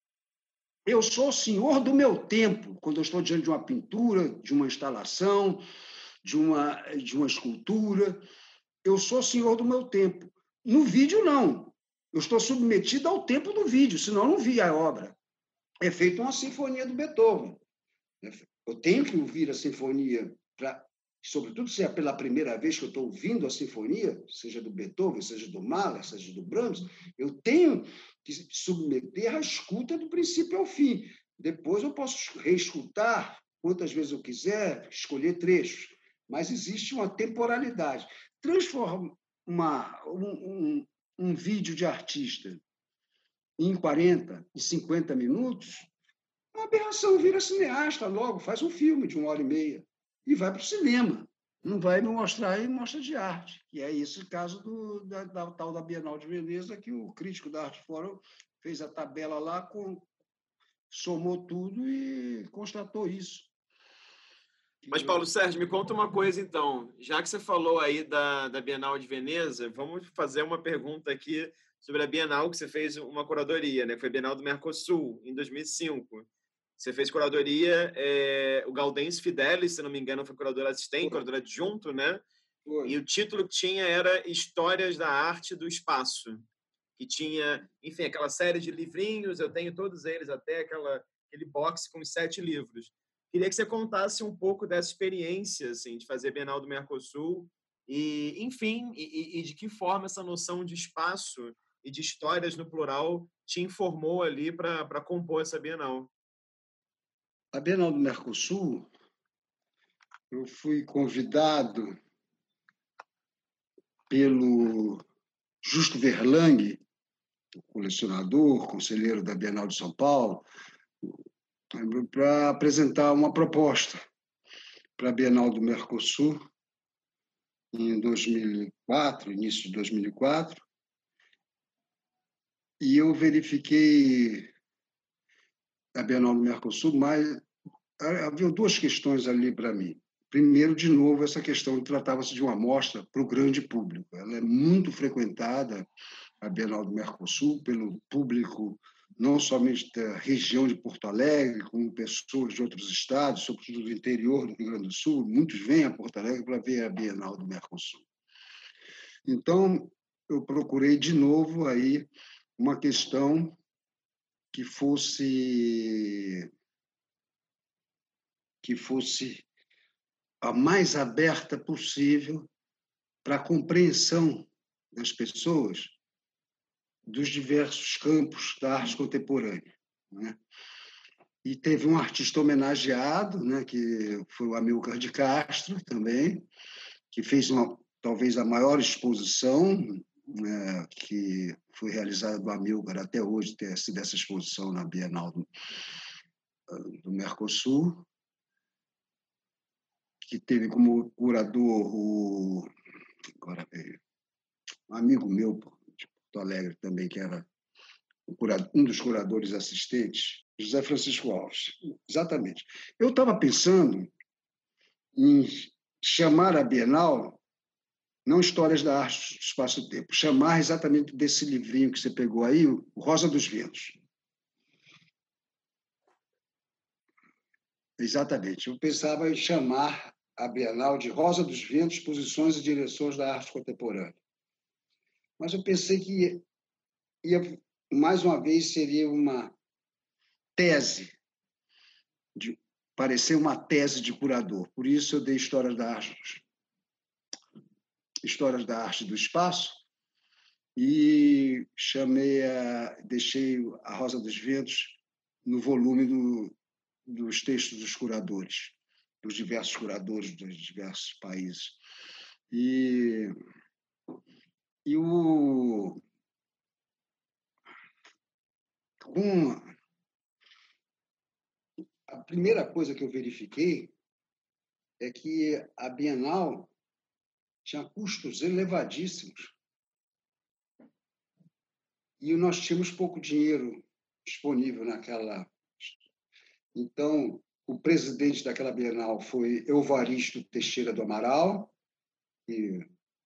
Eu sou o senhor do meu tempo, quando eu estou diante de uma pintura, de uma instalação, de uma, de uma escultura. Eu sou o senhor do meu tempo. No vídeo, não. Eu estou submetido ao tempo do vídeo, senão eu não vi a obra. É feito uma sinfonia do Beethoven. Eu tenho que ouvir a sinfonia, pra, sobretudo se é pela primeira vez que eu estou ouvindo a sinfonia, seja do Beethoven, seja do Mahler, seja do Brahms, eu tenho que submeter à escuta do princípio ao fim. Depois eu posso reescutar quantas vezes eu quiser, escolher trechos, mas existe uma temporalidade. Transformar um, um, um vídeo de artista em quarenta, em cinquenta minutos, uma aberração, vira cineasta logo, faz um filme de uma hora e meia e vai para o cinema. Não vai me mostrar em mostra de arte, que é esse caso do, da, da tal da Bienal de Veneza, que o crítico da Arte Fórum fez a tabela lá, com, somou tudo e constatou isso. Mas, Paulo Sérgio, me conta uma coisa, então. Já que você falou aí da, da Bienal de Veneza, vamos fazer uma pergunta aqui sobre a Bienal, que você fez uma curadoria, né? Foi a Bienal do Mercosul, em dois mil e cinco. Você fez curadoria, é, o Gaudêncio Fidelis, se não me engano, foi curador assistente, curador adjunto, né? Foi. E o título que tinha era Histórias da Arte do Espaço, que tinha, enfim, aquela série de livrinhos, eu tenho todos eles, até aquela, aquele box com os sete livros. Queria que você contasse um pouco dessa experiência, assim, de fazer Bienal do Mercosul e, enfim, e, e de que forma essa noção de espaço e de histórias no plural te informou ali para compor essa Bienal. A Bienal do Mercosul, eu fui convidado pelo Justo Verlang, colecionador, conselheiro da Bienal de São Paulo, para apresentar uma proposta para a Bienal do Mercosul em dois mil e quatro, início de dois mil e quatro, e eu verifiquei a Bienal do Mercosul, mas havia duas questões ali para mim. Primeiro, de novo, essa questão tratava-se de uma mostra para o grande público. Ela é muito frequentada, a Bienal do Mercosul, pelo público não somente da região de Porto Alegre, como pessoas de outros estados, sobretudo do interior do Rio Grande do Sul. Muitos vêm a Porto Alegre para ver a Bienal do Mercosul. Então, eu procurei de novo aí uma questão que fosse que fosse a mais aberta possível para a compreensão das pessoas dos diversos campos da arte contemporânea, né? E teve um artista homenageado, né, que foi o Amilcar de Castro também, que fez uma, talvez a maior exposição, né, que foi realizada do Amilcar até hoje, ter sido essa exposição na Bienal do, do Mercosul, que teve como curador o, agora veio, um amigo meu de Porto Alegre também, que era um dos curadores assistentes, José Francisco Alves. Exatamente. Eu estava pensando em chamar a Bienal, não Histórias da Arte do Espaço-Tempo, chamar exatamente desse livrinho que você pegou aí, o Rosa dos Ventos. Exatamente. Eu pensava em chamar a Bienal de Rosa dos Ventos, Posições e Direções da Arte Contemporânea. Mas eu pensei que ia, mais uma vez, seria uma tese, de parecer uma tese de curador. Por isso eu dei Histórias da Arte, Histórias da Arte do Espaço e chamei a, deixei a Rosa dos Ventos no volume do, dos textos dos curadores, dos diversos curadores dos diversos países. E, e o com a primeira coisa que eu verifiquei é que a Bienal tinha custos elevadíssimos e nós tínhamos pouco dinheiro disponível naquela. Então, o presidente daquela Bienal foi Evaristo Teixeira do Amaral, que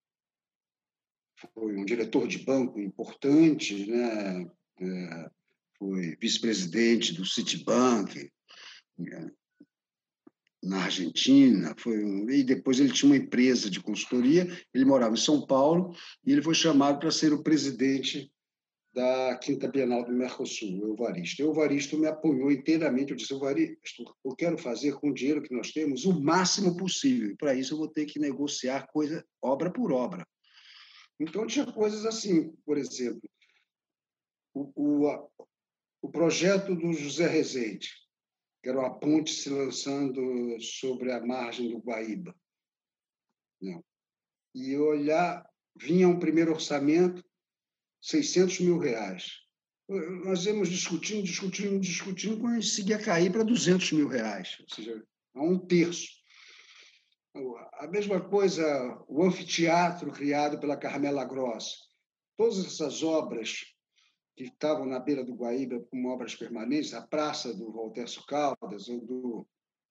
foi um diretor de banco importante, né? É, foi vice-presidente do Citibank, né? Na Argentina, foi um... e depois ele tinha uma empresa de consultoria, ele morava em São Paulo, e ele foi chamado para ser o presidente da Quinta Bienal do Mercosul, o Evaristo. O Evaristo me apoiou inteiramente. Eu disse, Evaristo, eu quero fazer com o dinheiro que nós temos o máximo possível. Para isso, eu vou ter que negociar coisa, obra por obra. Então, tinha coisas assim, por exemplo, o, o, o projeto do José Rezende, que era uma ponte se lançando sobre a margem do Guaíba. Não. E olhar, vinha um primeiro orçamento, seiscentos mil reais. Nós íamos discutindo, discutindo, discutindo, quando conseguia cair para duzentos mil reais, ou seja, a um terço. A mesma coisa, o anfiteatro criado pela Carmela Gross. Todas essas obras que estavam na beira do Guaíba como obras permanentes, a Praça do Volterso Caldas, ou do...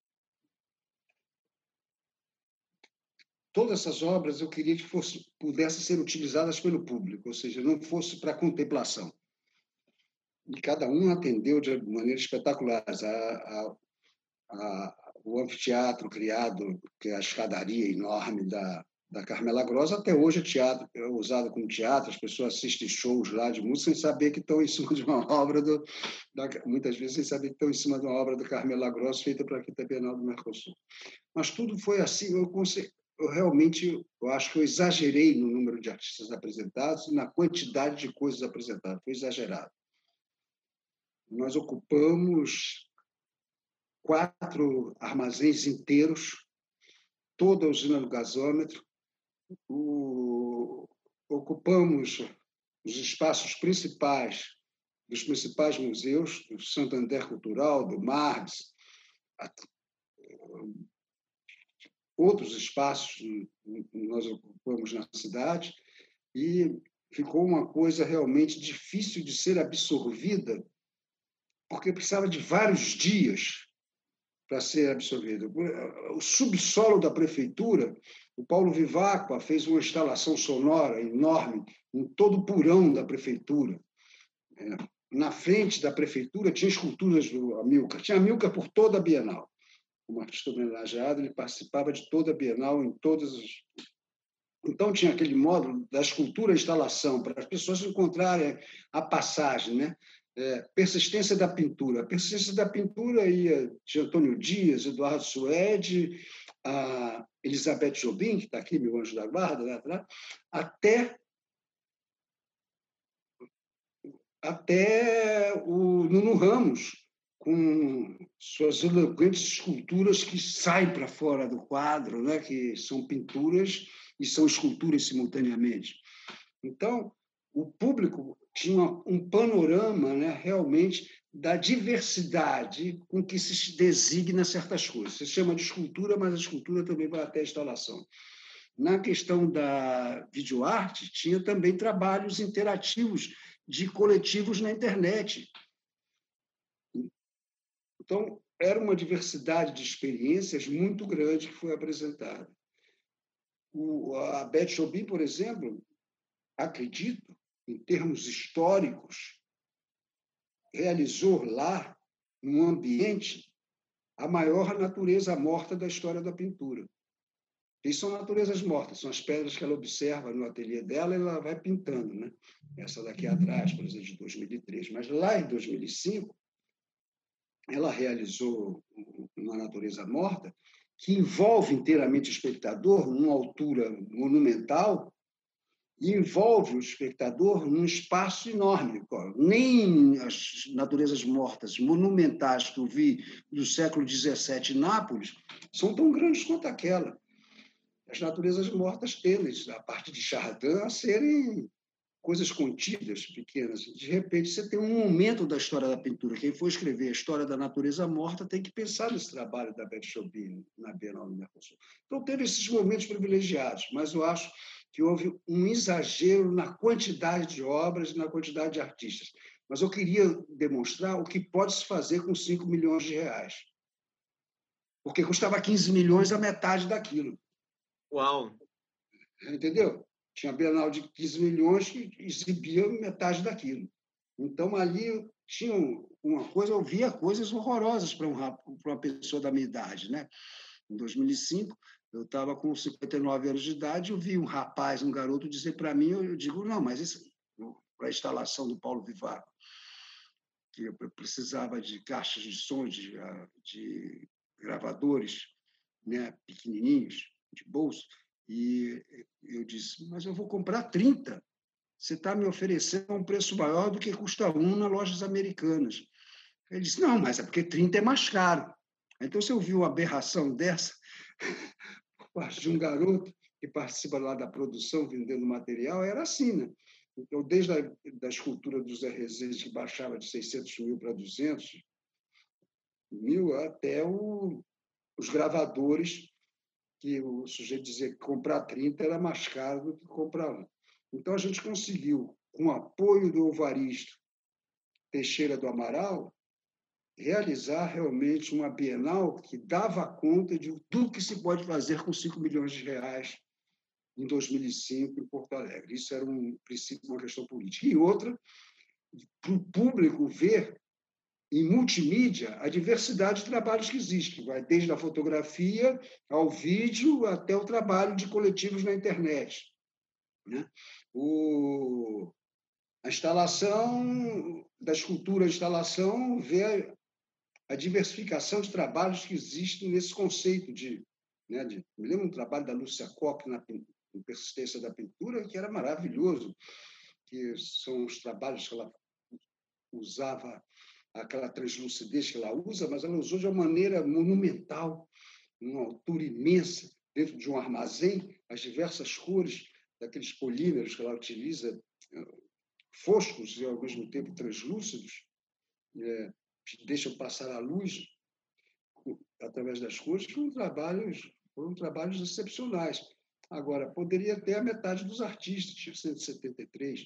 Todas essas obras eu queria que fosse, pudessem ser utilizadas pelo público, ou seja, não fosse para contemplação. E cada um atendeu de maneira espetacular. A, a, a, o anfiteatro criado, que é a escadaria enorme da, da Carmela Gross, até hoje é, teatro, é usado como teatro, as pessoas assistem shows lá de música sem saber que estão em cima de uma obra, do, da, muitas vezes sem saber que estão em cima de uma obra da Carmela Gross feita para a Quinta Bienal do Mercosul. Mas tudo foi assim, eu, consegui, eu realmente, eu acho que eu exagerei no número de artistas apresentados e na quantidade de coisas apresentadas, foi exagerado. Nós ocupamos quatro armazéns inteiros, toda a usina do gasômetro, o... ocupamos os espaços principais dos principais museus, do Santander Cultural, do Marx, outros espaços nós ocupamos na cidade, e ficou uma coisa realmente difícil de ser absorvida, porque precisava de vários dias para ser absorvido. O subsolo da prefeitura, o Paulo Vivacqua fez uma instalação sonora enorme em todo o porão da prefeitura. Na frente da prefeitura tinha esculturas do Amilcar. Tinha Amilcar por toda a Bienal. Como artista homenageado, ele participava de toda a Bienal, em todas as... Então, tinha aquele módulo da escultura e instalação, para as pessoas encontrarem a passagem, né? É, persistência da pintura. A persistência da pintura ia de Antônio Dias, Eduardo Suede, a Elizabeth Jobim, que está aqui, meu anjo da guarda, lá atrás, até, até o Nuno Ramos, com suas eloquentes esculturas que saem para fora do quadro, né? Que são pinturas e são esculturas simultaneamente. Então, o público tinha um panorama, né, realmente da diversidade com que se designa certas coisas. Se chama de escultura, mas a escultura também vai até a instalação. Na questão da videoarte, tinha também trabalhos interativos de coletivos na internet. Então, era uma diversidade de experiências muito grande que foi apresentada. O, a Beth Jobim, por exemplo, acredito, em termos históricos, realizou lá, num ambiente, a maior natureza morta da história da pintura. E são naturezas mortas, são as pedras que ela observa no ateliê dela e ela vai pintando, né? Essa daqui atrás, por exemplo, de dois mil e três. Mas lá em dois mil e cinco, ela realizou uma natureza morta que envolve inteiramente o espectador numa altura monumental e envolve o espectador num espaço enorme. Nem as naturezas mortas monumentais que eu vi do século dezessete em Nápoles são tão grandes quanto aquela. As naturezas mortas tendem, a parte de Chardin, a serem coisas contidas, pequenas. De repente, você tem um momento da história da pintura. Quem for escrever a história da natureza morta tem que pensar nesse trabalho da Beth Jobim na Bienal do Mercosul. Então, teve esses momentos privilegiados, mas eu acho que houve um exagero na quantidade de obras e na quantidade de artistas. Mas eu queria demonstrar o que pode se fazer com cinco milhões de reais. Porque custava quinze milhões a metade daquilo. Uau! Entendeu? Tinha a Bienal de quinze milhões que exibia metade daquilo. Então, ali tinha uma coisa, eu via coisas horrorosas para, um, para uma pessoa da minha idade, né? Em dois mil e cinco, eu estava com cinquenta e nove anos de idade, eu vi um rapaz, um garoto, dizer para mim, eu digo, não, mas isso, para a instalação do Paulo Vivaco, que eu precisava de caixas de som, de, de gravadores, né, pequenininhos, de bolso, e eu disse, mas eu vou comprar trinta. Você está me oferecendo um preço maior do que custa um nas lojas americanas. Ele disse, não, mas é porque trinta é mais caro. Então, você ouviu uma aberração dessa por parte de um garoto que participa lá da produção, vendendo material, era assim, né? Então, desde a da escultura do Zé Rezende, que baixava de seiscentos mil para duzentos mil, até o, os gravadores, que o sujeito dizia que comprar trinta era mais caro do que comprar um. Então, a gente conseguiu, com o apoio do Evaristo Teixeira do Amaral, realizar realmente uma Bienal que dava conta de tudo que se pode fazer com cinco milhões de reais em dois mil e cinco em Porto Alegre. Isso era um princípio, uma questão política. E outra, para o público ver em multimídia a diversidade de trabalhos que existe, que vai desde a fotografia ao vídeo até o trabalho de coletivos na internet. Né? O, a instalação, da escultura à instalação, vê a diversificação de trabalhos que existem nesse conceito de... Né, de me lembro um trabalho da Lúcia Koch na em Persistência da Pintura, que era maravilhoso, que são os trabalhos que ela usava, aquela translucidez que ela usa, mas ela usou de uma maneira monumental, numa altura imensa, dentro de um armazém, as diversas cores daqueles polímeros que ela utiliza, foscos e, ao mesmo tempo, translúcidos, é, que deixam passar a luz através das cores, foram trabalhos, foram trabalhos excepcionais. Agora, poderia ter a metade dos artistas, tinha cento e setenta e três.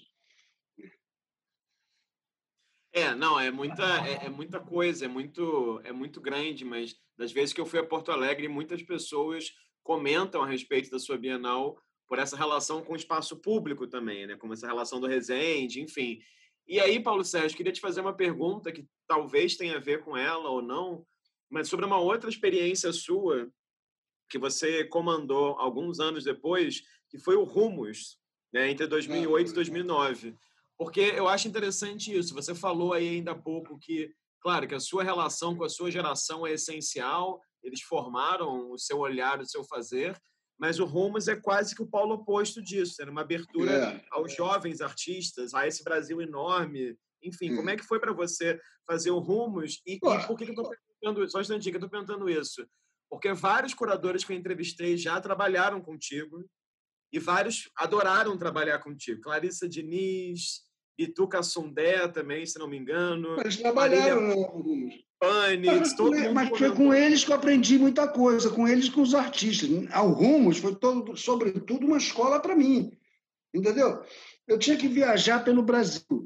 É, não, é muita, é, é muita coisa, é muito, é muito grande, mas das vezes que eu fui a Porto Alegre, muitas pessoas comentam a respeito da sua Bienal por essa relação com o espaço público também, né? Como essa relação do Resende, enfim. E aí, Paulo Sérgio, queria te fazer uma pergunta que talvez tenha a ver com ela ou não, mas sobre uma outra experiência sua que você comandou alguns anos depois, que foi o Rumos, né, entre dois mil e oito e dois mil e nove. Porque eu acho interessante isso. Você falou aí ainda há pouco que, claro, que a sua relação com a sua geração é essencial, eles formaram o seu olhar, o seu fazer, mas o Rumos é quase que o polo oposto disso, era uma abertura É, aos jovens artistas, a esse Brasil enorme. Enfim, como é é. que foi para você fazer o Rumos? E, Pô, e por que, que eu estou perguntando isso? Só um instantinho que eu estou perguntando isso. Porque vários curadores que eu entrevistei já trabalharam contigo e vários adoraram trabalhar contigo. Clarissa Diniz, Itu Sundé também, se não me engano, eles Marília trabalharam, né, alguns. Panitz, Mas, todo mundo mas foi com comentou. eles que eu aprendi muita coisa, com eles, com os artistas. Ao Rumos foi, todo, sobretudo, uma escola para mim, entendeu? Eu tinha que viajar pelo Brasil.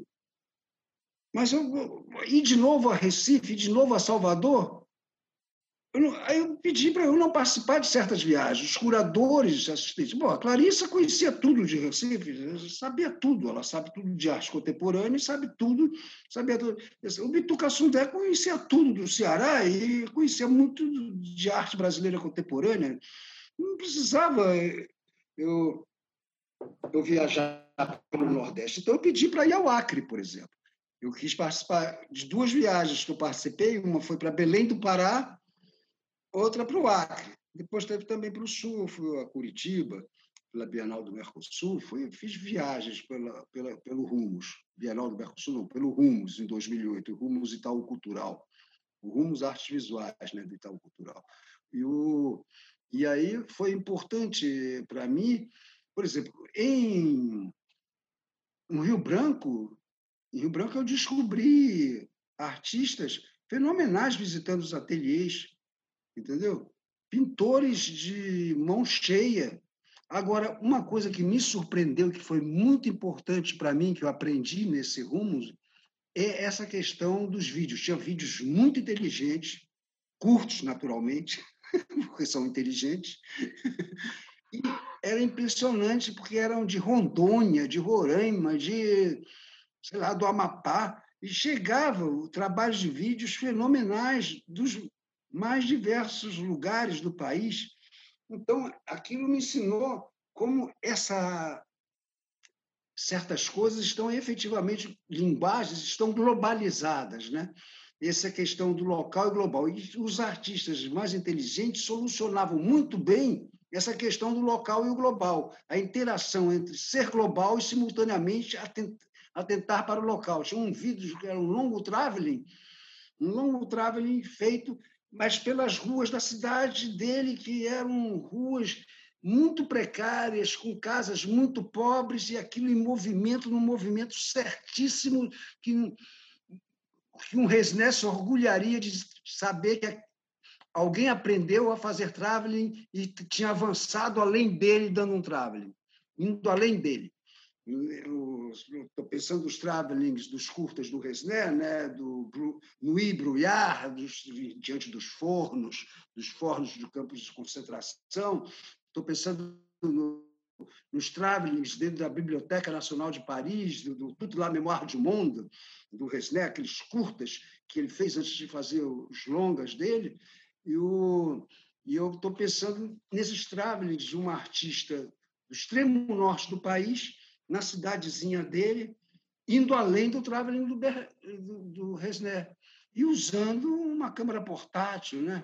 Mas eu ir de novo a Recife, ir de novo a Salvador, eu não, aí eu pedi para eu não participar de certas viagens. Os curadores, assistentes. Bom, a Clarissa conhecia tudo de Recife, sabia tudo. Ela sabe tudo de arte contemporânea, sabe tudo. Sabia tudo. O Bituca Sundé conhecia tudo do Ceará e conhecia muito de arte brasileira contemporânea. Não precisava eu, eu viajar pelo Nordeste. Então, eu pedi para ir ao Acre, por exemplo. Eu quis participar de duas viagens que eu participei. Uma foi para Belém do Pará, outra para o Acre. Depois teve também para o Sul, fui a Curitiba, pela Bienal do Mercosul, fui, fiz viagens pela, pela, pelo Rumos, Bienal do Mercosul, não, pelo Rumos, em dois mil e oito, o Rumos Itaú Cultural, o Rumos Artes Visuais, né, do Itaú Cultural. E, o, e aí foi importante para mim, por exemplo, em no Rio Branco, em Rio Branco eu descobri artistas fenomenais visitando os ateliês, entendeu? Pintores de mão cheia. Agora, uma coisa que me surpreendeu, que foi muito importante para mim, que eu aprendi nesse rumo, é essa questão dos vídeos. Tinha vídeos muito inteligentes, curtos, naturalmente, porque são inteligentes, e era impressionante, porque eram de Rondônia, de Roraima, de, sei lá, do Amapá, e chegavam trabalhos de vídeos fenomenais dos mais diversos lugares do país. Então, aquilo me ensinou como essa certas coisas estão efetivamente, linguagens estão globalizadas, né? Essa questão do local e global. E os artistas mais inteligentes solucionavam muito bem essa questão do local e o global, a interação entre ser global e, simultaneamente, atentar para o local. Tinha um vídeo que era um longo traveling, um longo traveling feito, mas pelas ruas da cidade dele, que eram ruas muito precárias, com casas muito pobres, e aquilo em movimento, num movimento certíssimo, que, que um Resné se orgulharia de saber que alguém aprendeu a fazer traveling e tinha avançado além dele, dando um traveling, indo além dele. Estou pensando nos travelings dos curtas do Resné, né? do Nuit Brouillard, dos, diante dos fornos, dos fornos de campos de concentração. Estou pensando no, nos travelings dentro da Biblioteca Nacional de Paris, do, do Toute la Mémoire du Monde, do Resné, aqueles curtas que ele fez antes de fazer os longas dele. E, o, e eu estou pensando nesses travelings de um artista do extremo norte do país, na cidadezinha dele, indo além do traveling do, do, do Resné, e usando uma câmera portátil, né?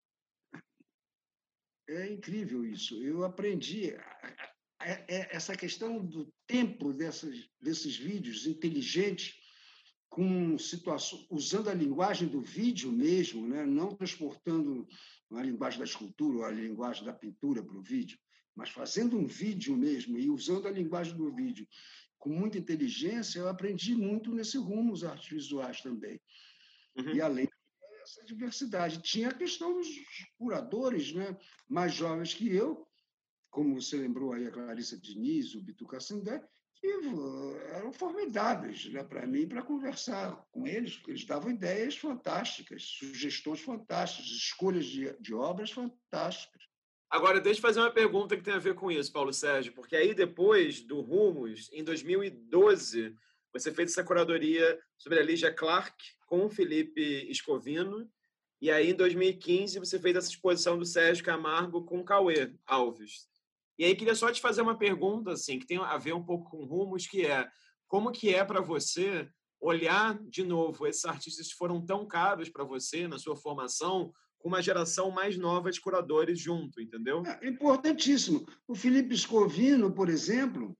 É incrível isso. Eu aprendi essa questão do tempo dessas, desses vídeos inteligentes, com situação, usando a linguagem do vídeo mesmo, né? Não transportando a linguagem da escultura ou a linguagem da pintura para o vídeo, mas fazendo um vídeo mesmo e usando a linguagem do vídeo com muita inteligência. Eu aprendi muito nesse rumo, os artes visuais também. Uhum. E além dessa diversidade, tinha a questão dos curadores, né, mais jovens que eu, como você lembrou aí, a Clarissa Diniz, o Bituca Sundé, que eram formidáveis, né, para mim, para conversar com eles, porque eles davam ideias fantásticas, sugestões fantásticas, escolhas de, de obras fantásticas. Agora, deixa eu fazer uma pergunta que tem a ver com isso, Paulo Sérgio, porque aí depois do Rumos, em dois mil e doze, você fez essa curadoria sobre a Lígia Clark com o Felipe Escovino, e aí em dois mil e quinze você fez essa exposição do Sérgio Camargo com o Cauê Alves. E aí queria só te fazer uma pergunta assim, que tem a ver um pouco com Rumos, que é como que é para você olhar de novo esses artistas que foram tão caros para você na sua formação, com uma geração mais nova de curadores junto, entendeu? É importantíssimo. O Felipe Scovino, por exemplo,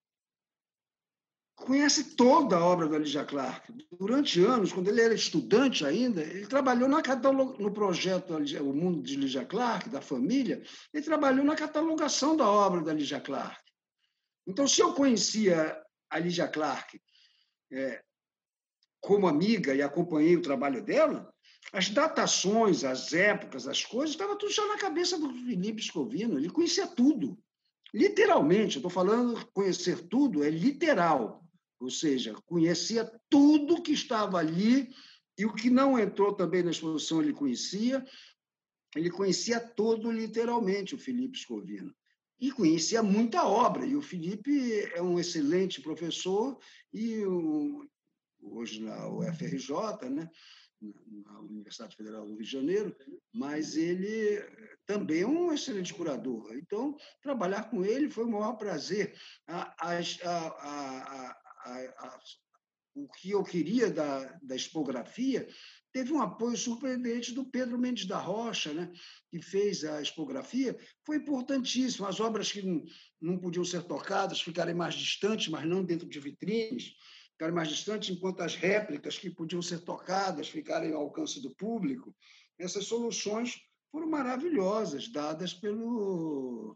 conhece toda a obra da Lígia Clark. Durante anos, quando ele era estudante ainda, ele trabalhou na catalog... no projeto O Mundo de Lígia Clark, da família, ele trabalhou na catalogação da obra da Lígia Clark. Então, se eu conhecia a Lígia Clark é, como amiga e acompanhei o trabalho dela, as datações, as épocas, as coisas, estava tudo já na cabeça do Felipe Scovino. Ele conhecia tudo. Literalmente, eu estou falando conhecer tudo, é literal. Ou seja, conhecia tudo que estava ali e o que não entrou também na exposição ele conhecia. Ele conhecia todo literalmente, o Felipe Scovino. E conhecia muita obra. E o Felipe é um excelente professor e um, hoje na U F R J, né? Na Universidade Federal do Rio de Janeiro, mas ele também é um excelente curador. Então, trabalhar com ele foi o maior prazer. A, a, a, a, a, o que eu queria da, da expografia teve um apoio surpreendente do Pedro Mendes da Rocha, né, que fez a expografia, foi importantíssimo. As obras que não, não podiam ser tocadas ficarem mais distantes, mas não dentro de vitrines, ficarem mais distantes, enquanto as réplicas que podiam ser tocadas ficarem ao alcance do público. Essas soluções foram maravilhosas, dadas pelo,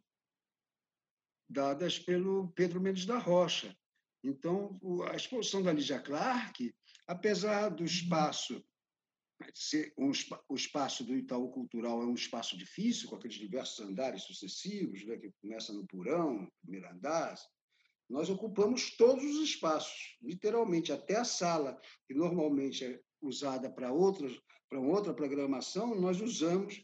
dadas pelo Pedro Mendes da Rocha. Então, a exposição da Lígia Clark, apesar do espaço ser um, o espaço do Itaú Cultural é um espaço difícil, com aqueles diversos andares sucessivos, né, que começa no porão, primeiro andar, nós ocupamos todos os espaços, literalmente, até a sala, que normalmente é usada para outras, para outra programação, nós usamos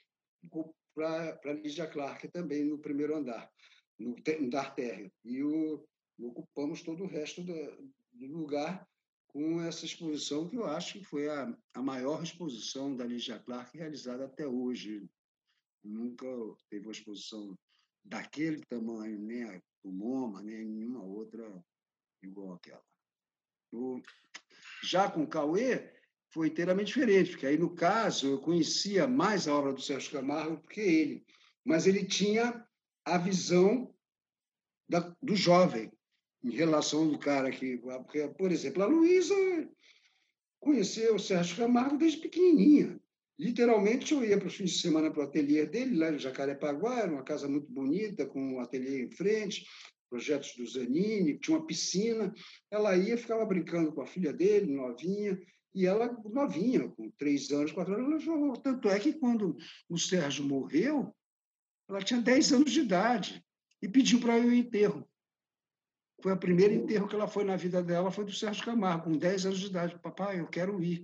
para a Lígia Clark também no primeiro andar, no andar térreo. E o, ocupamos todo o resto do, do lugar com essa exposição, que eu acho que foi a, a maior exposição da Lígia Clark realizada até hoje. Nunca teve uma exposição daquele tamanho, nem a do MoMA, nem nenhuma outra igual àquela. O, já com o Cauê, foi inteiramente diferente, porque aí, no caso, eu conhecia mais a obra do Sérgio Camargo do que ele, mas ele tinha a visão da, do jovem, em relação do cara que... Porque, por exemplo, a Luísa conheceu o Sérgio Camargo desde pequenininha. Literalmente, eu ia para os fins de semana para o ateliê dele, lá em Jacarepaguá, era uma casa muito bonita, com um ateliê em frente, projetos do Zanini, tinha uma piscina. Ela ia, ficava brincando com a filha dele, novinha, e ela novinha, com três anos, quatro anos. Ela, tanto é que, quando o Sérgio morreu, ela tinha dez anos de idade e pediu para ir ao enterro. Foi o primeiro enterro que ela foi na vida dela, foi do Sérgio Camargo, com dez anos de idade. Papai, eu quero ir.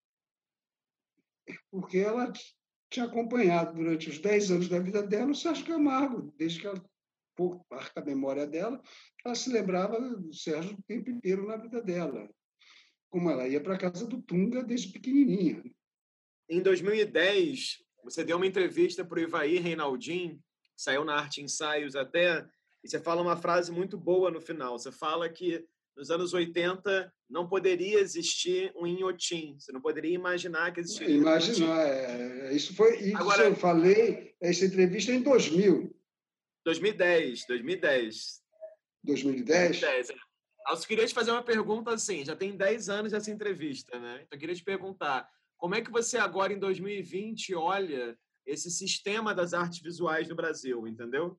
Porque ela tinha acompanhado durante os dez anos da vida dela o Sérgio Camargo, desde que ela, pouco marca a memória dela, ela se lembrava do Sérgio o tempo inteiro na vida dela, como ela ia para a casa do Tunga desde pequenininha. Em dois mil e dez, você deu uma entrevista para o Ivaí Reinaldin, que saiu na Arte Ensaios até, e você fala uma frase muito boa no final. Você fala que nos anos oitenta não poderia existir um Inhotim. Você não poderia imaginar que existiria Imaginar, um é, isso foi isso Agora, eu falei, essa entrevista é em dois mil. dois mil e dez, dois mil e dez. dois mil e dez? dois mil e dez, é. Eu queria te fazer uma pergunta assim, já tem dez anos essa entrevista, né? Então eu queria te perguntar, como é que você agora, em dois mil e vinte, olha esse sistema das artes visuais no Brasil, entendeu?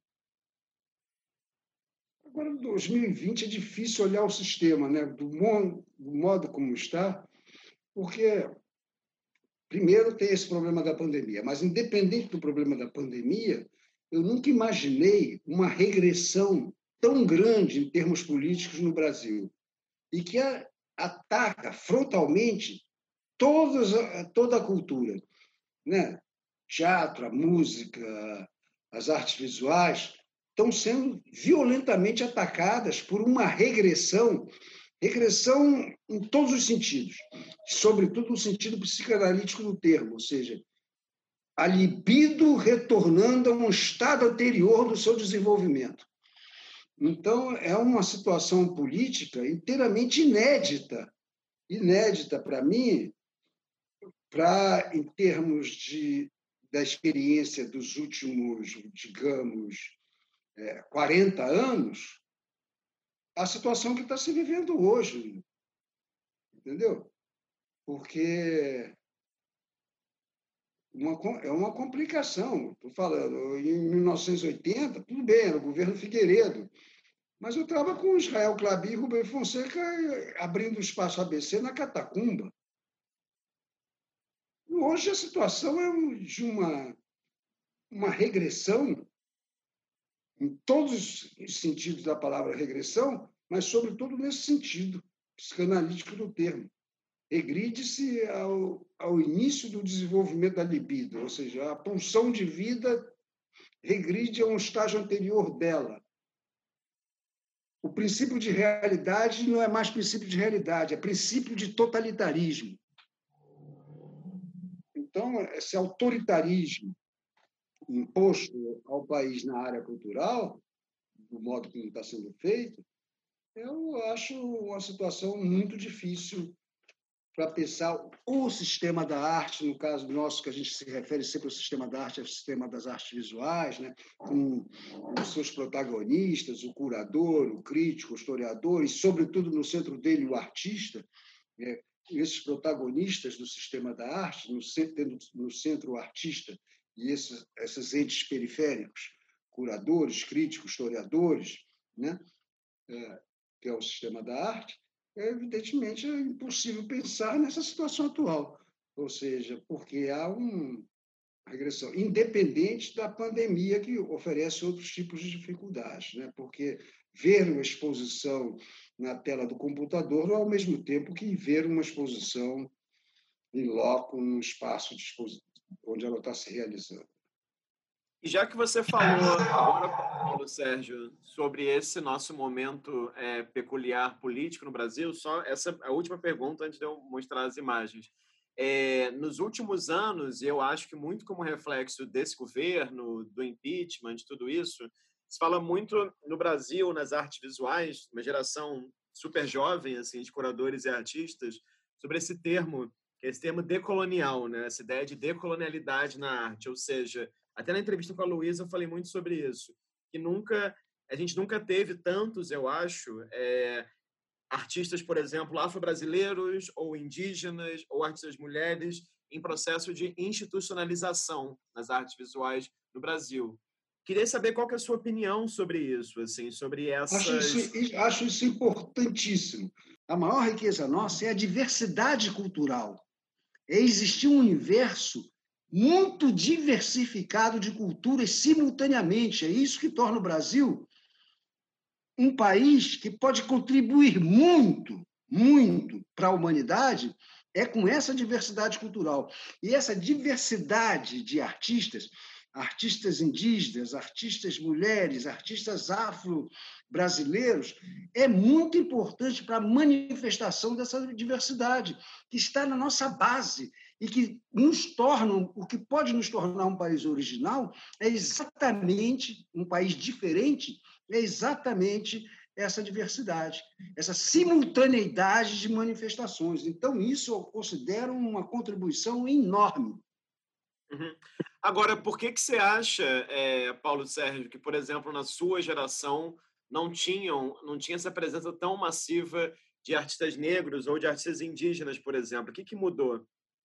Agora, em dois mil e vinte, é difícil olhar o sistema, né? do, modo, do modo como está, porque, primeiro, tem esse problema da pandemia, mas, independente do problema da pandemia, eu nunca imaginei uma regressão tão grande em termos políticos no Brasil e que a, ataca frontalmente todas, toda a cultura, né? Teatro, a música, as artes visuais estão sendo violentamente atacadas por uma regressão, regressão em todos os sentidos, sobretudo no sentido psicanalítico do termo, ou seja, a libido retornando a um estado anterior do seu desenvolvimento. Então, é uma situação política inteiramente inédita, inédita para mim, para, em termos de, da experiência dos últimos, digamos, é, quarenta anos, a situação que está se vivendo hoje, entendeu? Porque uma, é uma complicação. Estou falando, em mil novecentos e oitenta, tudo bem, era o governo Figueiredo, mas eu estava com Israel Clabin e Rubem Fonseca abrindo espaço A B C na catacumba. Hoje a situação é de uma, uma regressão, em todos os sentidos da palavra regressão, mas, sobretudo, nesse sentido psicanalítico do termo. Regride-se ao, ao início do desenvolvimento da libido, ou seja, a pulsão de vida regride a um estágio anterior dela. O princípio de realidade não é mais princípio de realidade, é princípio de totalitarismo. Então, esse autoritarismo imposto ao país na área cultural, do modo como está sendo feito, eu acho uma situação muito difícil para pensar o sistema da arte, no caso nosso, que a gente se refere sempre ao sistema da arte, é o sistema das artes visuais, né? com os seus protagonistas, o curador, o crítico, o historiador, e, sobretudo, no centro dele, o artista, né? Esses protagonistas do sistema da arte, no centro, tendo no centro o artista e esses, esses entes periféricos, curadores, críticos, historiadores, né? é, que é o sistema da arte, é, evidentemente é impossível pensar nessa situação atual. Ou seja, porque há uma regressão, independente da pandemia, que oferece outros tipos de dificuldades, né? Porque ver uma exposição na tela do computador não é ao mesmo tempo que ver uma exposição em loco, num espaço de exposição, onde ela está se realizando. E já que você falou agora, Paulo Sérgio, sobre esse nosso momento é, peculiar político no Brasil, só essa a última pergunta antes de eu mostrar as imagens. É, nos últimos anos, e eu acho que muito como reflexo desse governo, do impeachment, de tudo isso, se fala muito no Brasil, nas artes visuais, uma geração super jovem assim, de curadores e artistas, sobre esse termo, que é esse termo decolonial, né? Essa ideia de decolonialidade na arte, ou seja, até na entrevista com a Luísa eu falei muito sobre isso, que nunca a gente nunca teve tantos, eu acho, é, artistas, por exemplo, afro-brasileiros ou indígenas ou artistas mulheres em processo de institucionalização nas artes visuais no Brasil. Queria saber qual que é a sua opinião sobre isso, assim, sobre essas... Acho isso, acho isso importantíssimo. A maior riqueza nossa é a diversidade cultural. É existir um universo muito diversificado de culturas simultaneamente. É isso que torna o Brasil um país que pode contribuir muito, muito para a humanidade, é com essa diversidade cultural. E essa diversidade de artistas, artistas indígenas, artistas mulheres, artistas afro-brasileiros, é muito importante para a manifestação dessa diversidade, que está na nossa base e que nos tornam, o que pode nos tornar um país original é exatamente um país diferente, é exatamente essa diversidade, essa simultaneidade de manifestações. Então, isso eu considero uma contribuição enorme. Uhum. Agora, por que, que você acha, é, Paulo Sérgio, que, por exemplo, na sua geração não tinham, não tinha essa presença tão massiva de artistas negros ou de artistas indígenas, por exemplo? O que, que mudou?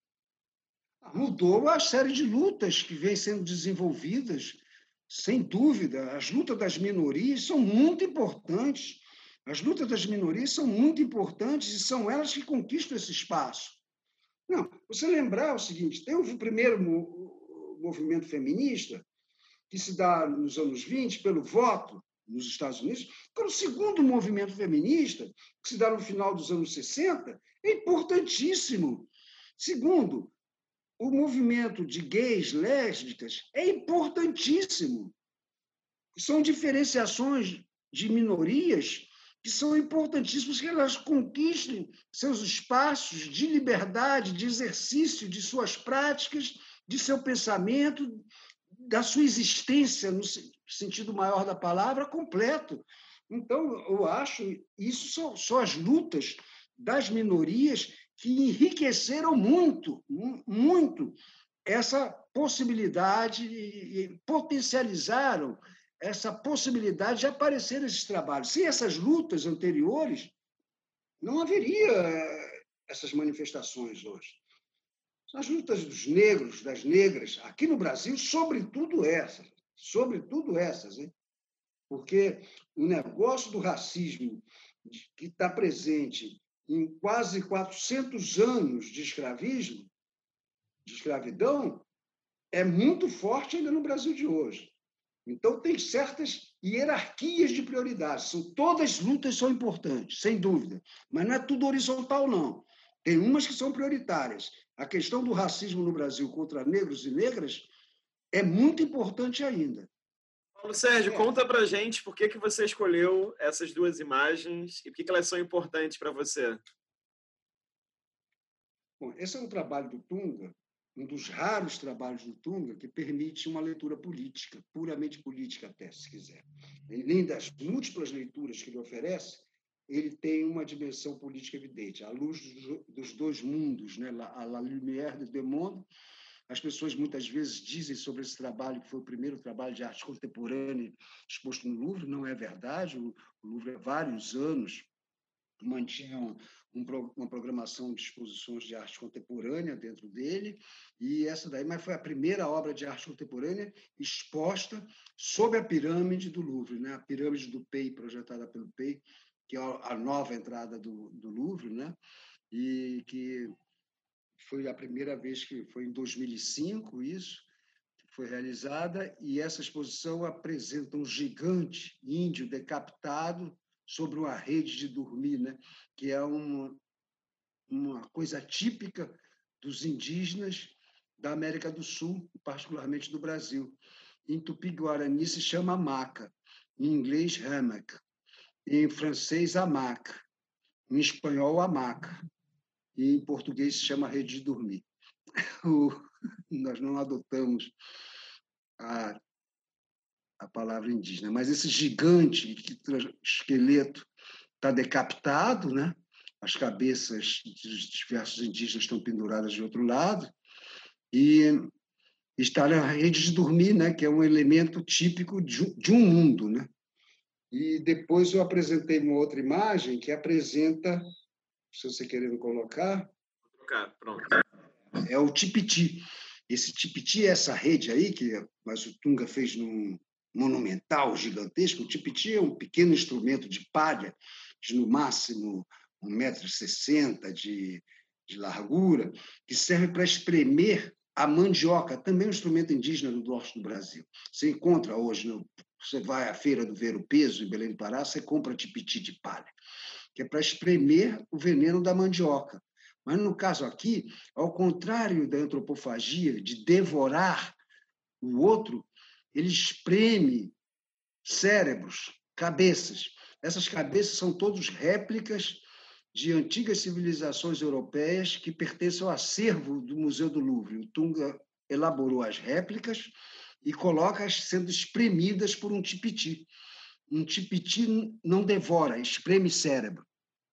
Mudou a série de lutas que vêm sendo desenvolvidas, sem dúvida. As lutas das minorias são muito importantes. As lutas das minorias são muito importantes e são elas que conquistam esse espaço. Não, você lembrar o seguinte, tem o primeiro movimento feminista, que se dá nos anos vinte, pelo voto nos Estados Unidos, para o segundo movimento feminista, que se dá no final dos anos sessenta, é importantíssimo. Segundo, o movimento de gays, lésbicas, é importantíssimo. São diferenciações de minorias que são importantíssimas, que elas conquistem seus espaços de liberdade, de exercício de suas práticas de seu pensamento, da sua existência, no sentido maior da palavra, completo. Então, eu acho isso são, são as lutas das minorias que enriqueceram muito, muito essa possibilidade e potencializaram essa possibilidade de aparecer nesses trabalhos. Sem essas lutas anteriores, não haveria essas manifestações hoje. As lutas dos negros, das negras, aqui no Brasil, sobretudo essas, sobretudo essas, hein? Porque o negócio do racismo que está presente em quase quatrocentos anos de escravismo, de escravidão, é muito forte ainda no Brasil de hoje. Então, tem certas hierarquias de prioridades. São, todas as lutas são importantes, sem dúvida, mas não é tudo horizontal, não. Tem umas que são prioritárias. A questão do racismo no Brasil contra negros e negras é muito importante ainda. Paulo Sérgio, é. Conta pra gente por que, que você escolheu essas duas imagens e por que, que elas são importantes para você. Bom, esse é um trabalho do Tunga, um dos raros trabalhos do Tunga que permite uma leitura política, puramente política até, se quiser. Além das múltiplas leituras que ele oferece, ele tem uma dimensão política evidente, à luz dos dois mundos, né? A la lumière de deux mondes. As pessoas muitas vezes dizem sobre esse trabalho que foi o primeiro trabalho de arte contemporânea exposto no Louvre. Não é verdade. O Louvre há vários anos mantinha um, uma programação de exposições de arte contemporânea dentro dele, e essa daí mas foi a primeira obra de arte contemporânea exposta sob a pirâmide do Louvre, né? A pirâmide do Pei, projetada pelo Pei, que é a nova entrada do, do Louvre, né? E que foi a primeira vez que foi em dois mil e cinco isso, foi realizada, e essa exposição apresenta um gigante índio decapitado sobre uma rede de dormir, né? Que é uma, uma coisa típica dos indígenas da América do Sul, particularmente do Brasil. Em Tupi-Guarani se chama maca, em inglês hammock, em francês hamaca, em espanhol hamaca, e em português se chama rede de dormir. O, nós não adotamos a a palavra indígena, mas esse gigante que esqueleto está decapitado, né? As cabeças dos diversos indígenas estão penduradas de outro lado, e está na rede de dormir, né? Que é um elemento típico de um mundo, né? E depois eu apresentei uma outra imagem que apresenta, se você querendo colocar, pronto, é o tipiti. Esse tipiti é essa rede aí que mas o Tunga fez num monumental, gigantesco. O tipiti é um pequeno instrumento de palha, de no máximo um metro e sessenta de, de largura, que serve para espremer a mandioca, também um instrumento indígena do norte do Brasil. Você encontra hoje, no, você vai à feira do Ver o Peso, em Belém do Pará, você compra tipiti de palha, que é para espremer o veneno da mandioca. Mas, no caso aqui, ao contrário da antropofagia, de devorar o outro, ele espreme cérebros, cabeças. Essas cabeças são todas réplicas de antigas civilizações europeias que pertencem ao acervo do Museu do Louvre. O Tunga elaborou as réplicas e coloca-as sendo espremidas por um tipiti. Um tipiti não devora, espreme cérebro.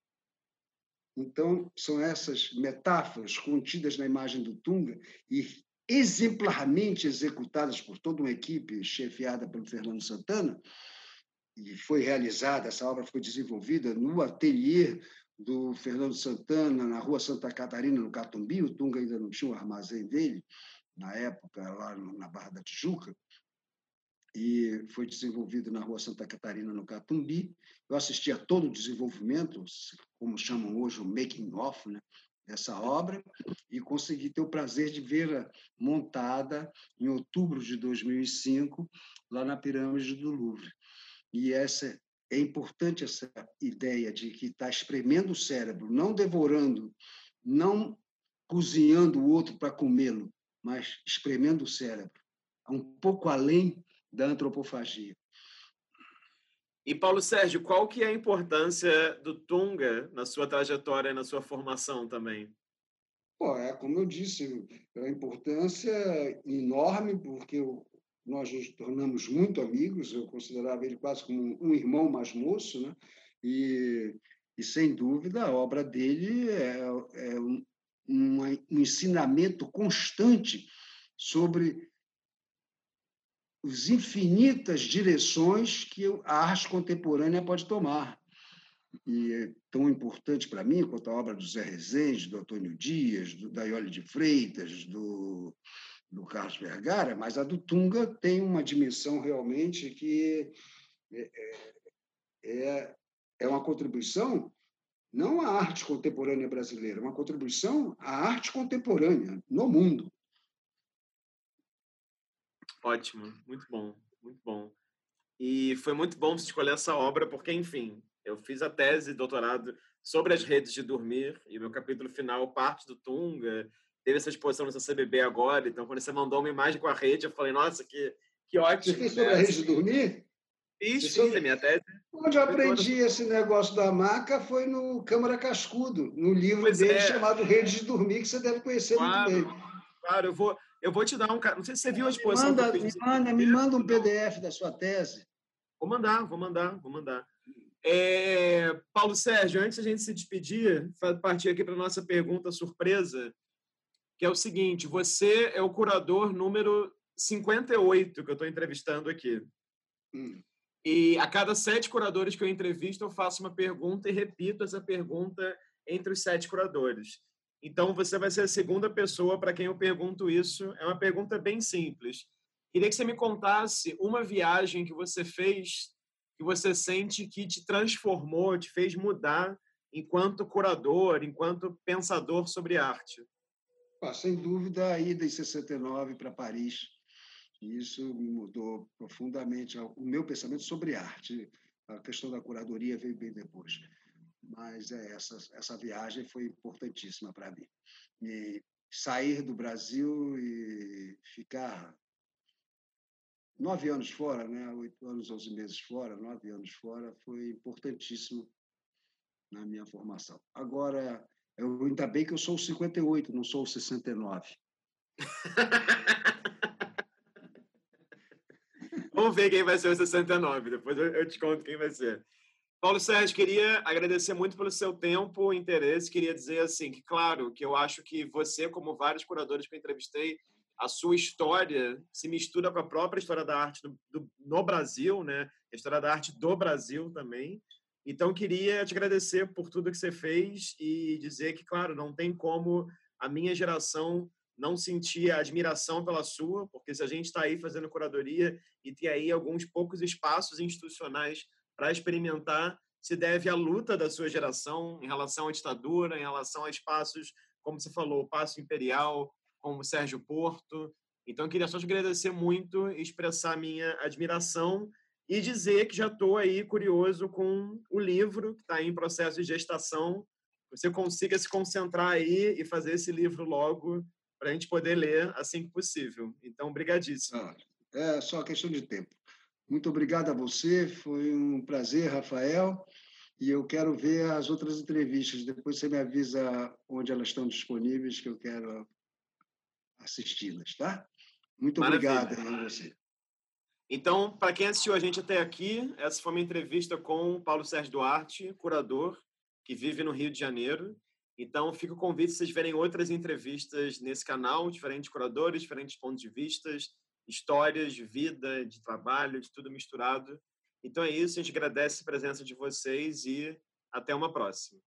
Então, são essas metáforas contidas na imagem do Tunga e exemplarmente executadas por toda uma equipe chefiada pelo Fernando Santana, e foi realizada, essa obra foi desenvolvida no ateliê do Fernando Santana, na Rua Santa Catarina, no Catumbi. O Tunga ainda não tinha o armazém dele, na época, lá na Barra da Tijuca, e foi desenvolvido na Rua Santa Catarina, no Catumbi. Eu assisti a todo o desenvolvimento, como chamam hoje o making of, né, dessa obra, e consegui ter o prazer de vê-la montada em outubro de dois mil e cinco, lá na Pirâmide do Louvre. E essa é importante, essa ideia de que está espremendo o cérebro, não devorando, não cozinhando o outro para comê-lo, mas espremendo o cérebro, um pouco além da antropofagia. E, Paulo Sérgio, qual que é a importância do Tunga na sua trajetória e na sua formação também? Pô, é como eu disse, a importância enorme, porque eu, nós nos tornamos muito amigos, eu considerava ele quase como um irmão mais moço, né? E, e sem dúvida, a obra dele é, é um, um, um ensinamento constante sobre as infinitas direções que a arte contemporânea pode tomar. E é tão importante para mim quanto a obra do Zé Rezende, do Antônio Dias, do Daioli de Freitas, do, do Carlos Vergara, mas a do Tunga tem uma dimensão realmente que é, é, é uma contribuição não à arte contemporânea brasileira, uma contribuição à arte contemporânea no mundo. Ótimo, muito bom, muito bom. E foi muito bom você escolher essa obra, porque, enfim, eu fiz a tese de doutorado sobre as redes de dormir, e o meu capítulo final parte do Tunga, teve essa exposição no C B B agora, então quando você mandou uma imagem com a rede, eu falei, nossa, que, que ótimo. Você fez sobre né? a rede de dormir? Fiz, fiz, sobre... a minha tese. Onde eu aprendi toda... esse negócio da maca foi no Câmara Cascudo, no livro pois dele é. chamado Rede de Dormir, que você deve conhecer claro, muito bem. Claro, eu vou, eu vou te dar um... Não sei se você viu a exposição me manda, que eu fiz. Me manda, me manda um P D F da sua tese. Vou mandar, vou mandar, vou mandar. É, Paulo Sérgio, antes da gente se despedir, partir aqui para a nossa pergunta surpresa, que é o seguinte, você é o curador número cinquenta e oito que eu estou entrevistando aqui. Hum. E a cada sete curadores que eu entrevisto, eu faço uma pergunta e repito essa pergunta entre os sete curadores. Então, você vai ser a segunda pessoa para quem eu pergunto isso. É uma pergunta bem simples. Queria que você me contasse uma viagem que você fez que você sente que te transformou, te fez mudar enquanto curador, enquanto pensador sobre arte. Ah, sem dúvida, a ida em sessenta e nove para Paris. Isso me mudou profundamente o meu pensamento sobre arte. A questão da curadoria veio bem depois. Mas é, essa, essa viagem foi importantíssima para mim. E sair do Brasil e ficar nove anos fora, né? Oito anos, onze meses fora, nove anos fora, foi importantíssimo na minha formação. Agora, eu, ainda bem que eu sou o cinquenta e oito, não sou o sessenta e nove. Vamos ver quem vai ser o sessenta e nove, depois eu, eu te conto quem vai ser. Paulo Sérgio, queria agradecer muito pelo seu tempo e interesse. Queria dizer assim que, claro, que eu acho que você, como vários curadores que eu entrevistei, a sua história se mistura com a própria história da arte do, do, no Brasil, né? A história da arte do Brasil também. Então, queria te agradecer por tudo que você fez e dizer que, claro, não tem como a minha geração não sentir a admiração pela sua, porque se a gente está aí fazendo curadoria e tem aí alguns poucos espaços institucionais para experimentar, se deve à luta da sua geração em relação à ditadura, em relação a espaços, como você falou, o Paço Imperial, como o Sérgio Porto. Então, eu queria só te agradecer muito e expressar a minha admiração e dizer que já estou aí curioso com o livro, que está em processo de gestação. Você consiga se concentrar aí e fazer esse livro logo para a gente poder ler assim que possível. Então, obrigadíssimo. Ah, é só questão de tempo. Muito obrigado a você, foi um prazer, Rafael, e eu quero ver as outras entrevistas. Depois você me avisa onde elas estão disponíveis, que eu quero assisti-las, tá? Muito obrigado a você. Então, para quem assistiu a gente até aqui, essa foi uma entrevista com o Paulo Sérgio Duarte, curador, que vive no Rio de Janeiro. Então, fica o convite se vocês verem outras entrevistas nesse canal, diferentes curadores, diferentes pontos de vista, histórias de vida, de trabalho, de tudo misturado. Então é isso, a gente agradece a presença de vocês e até uma próxima.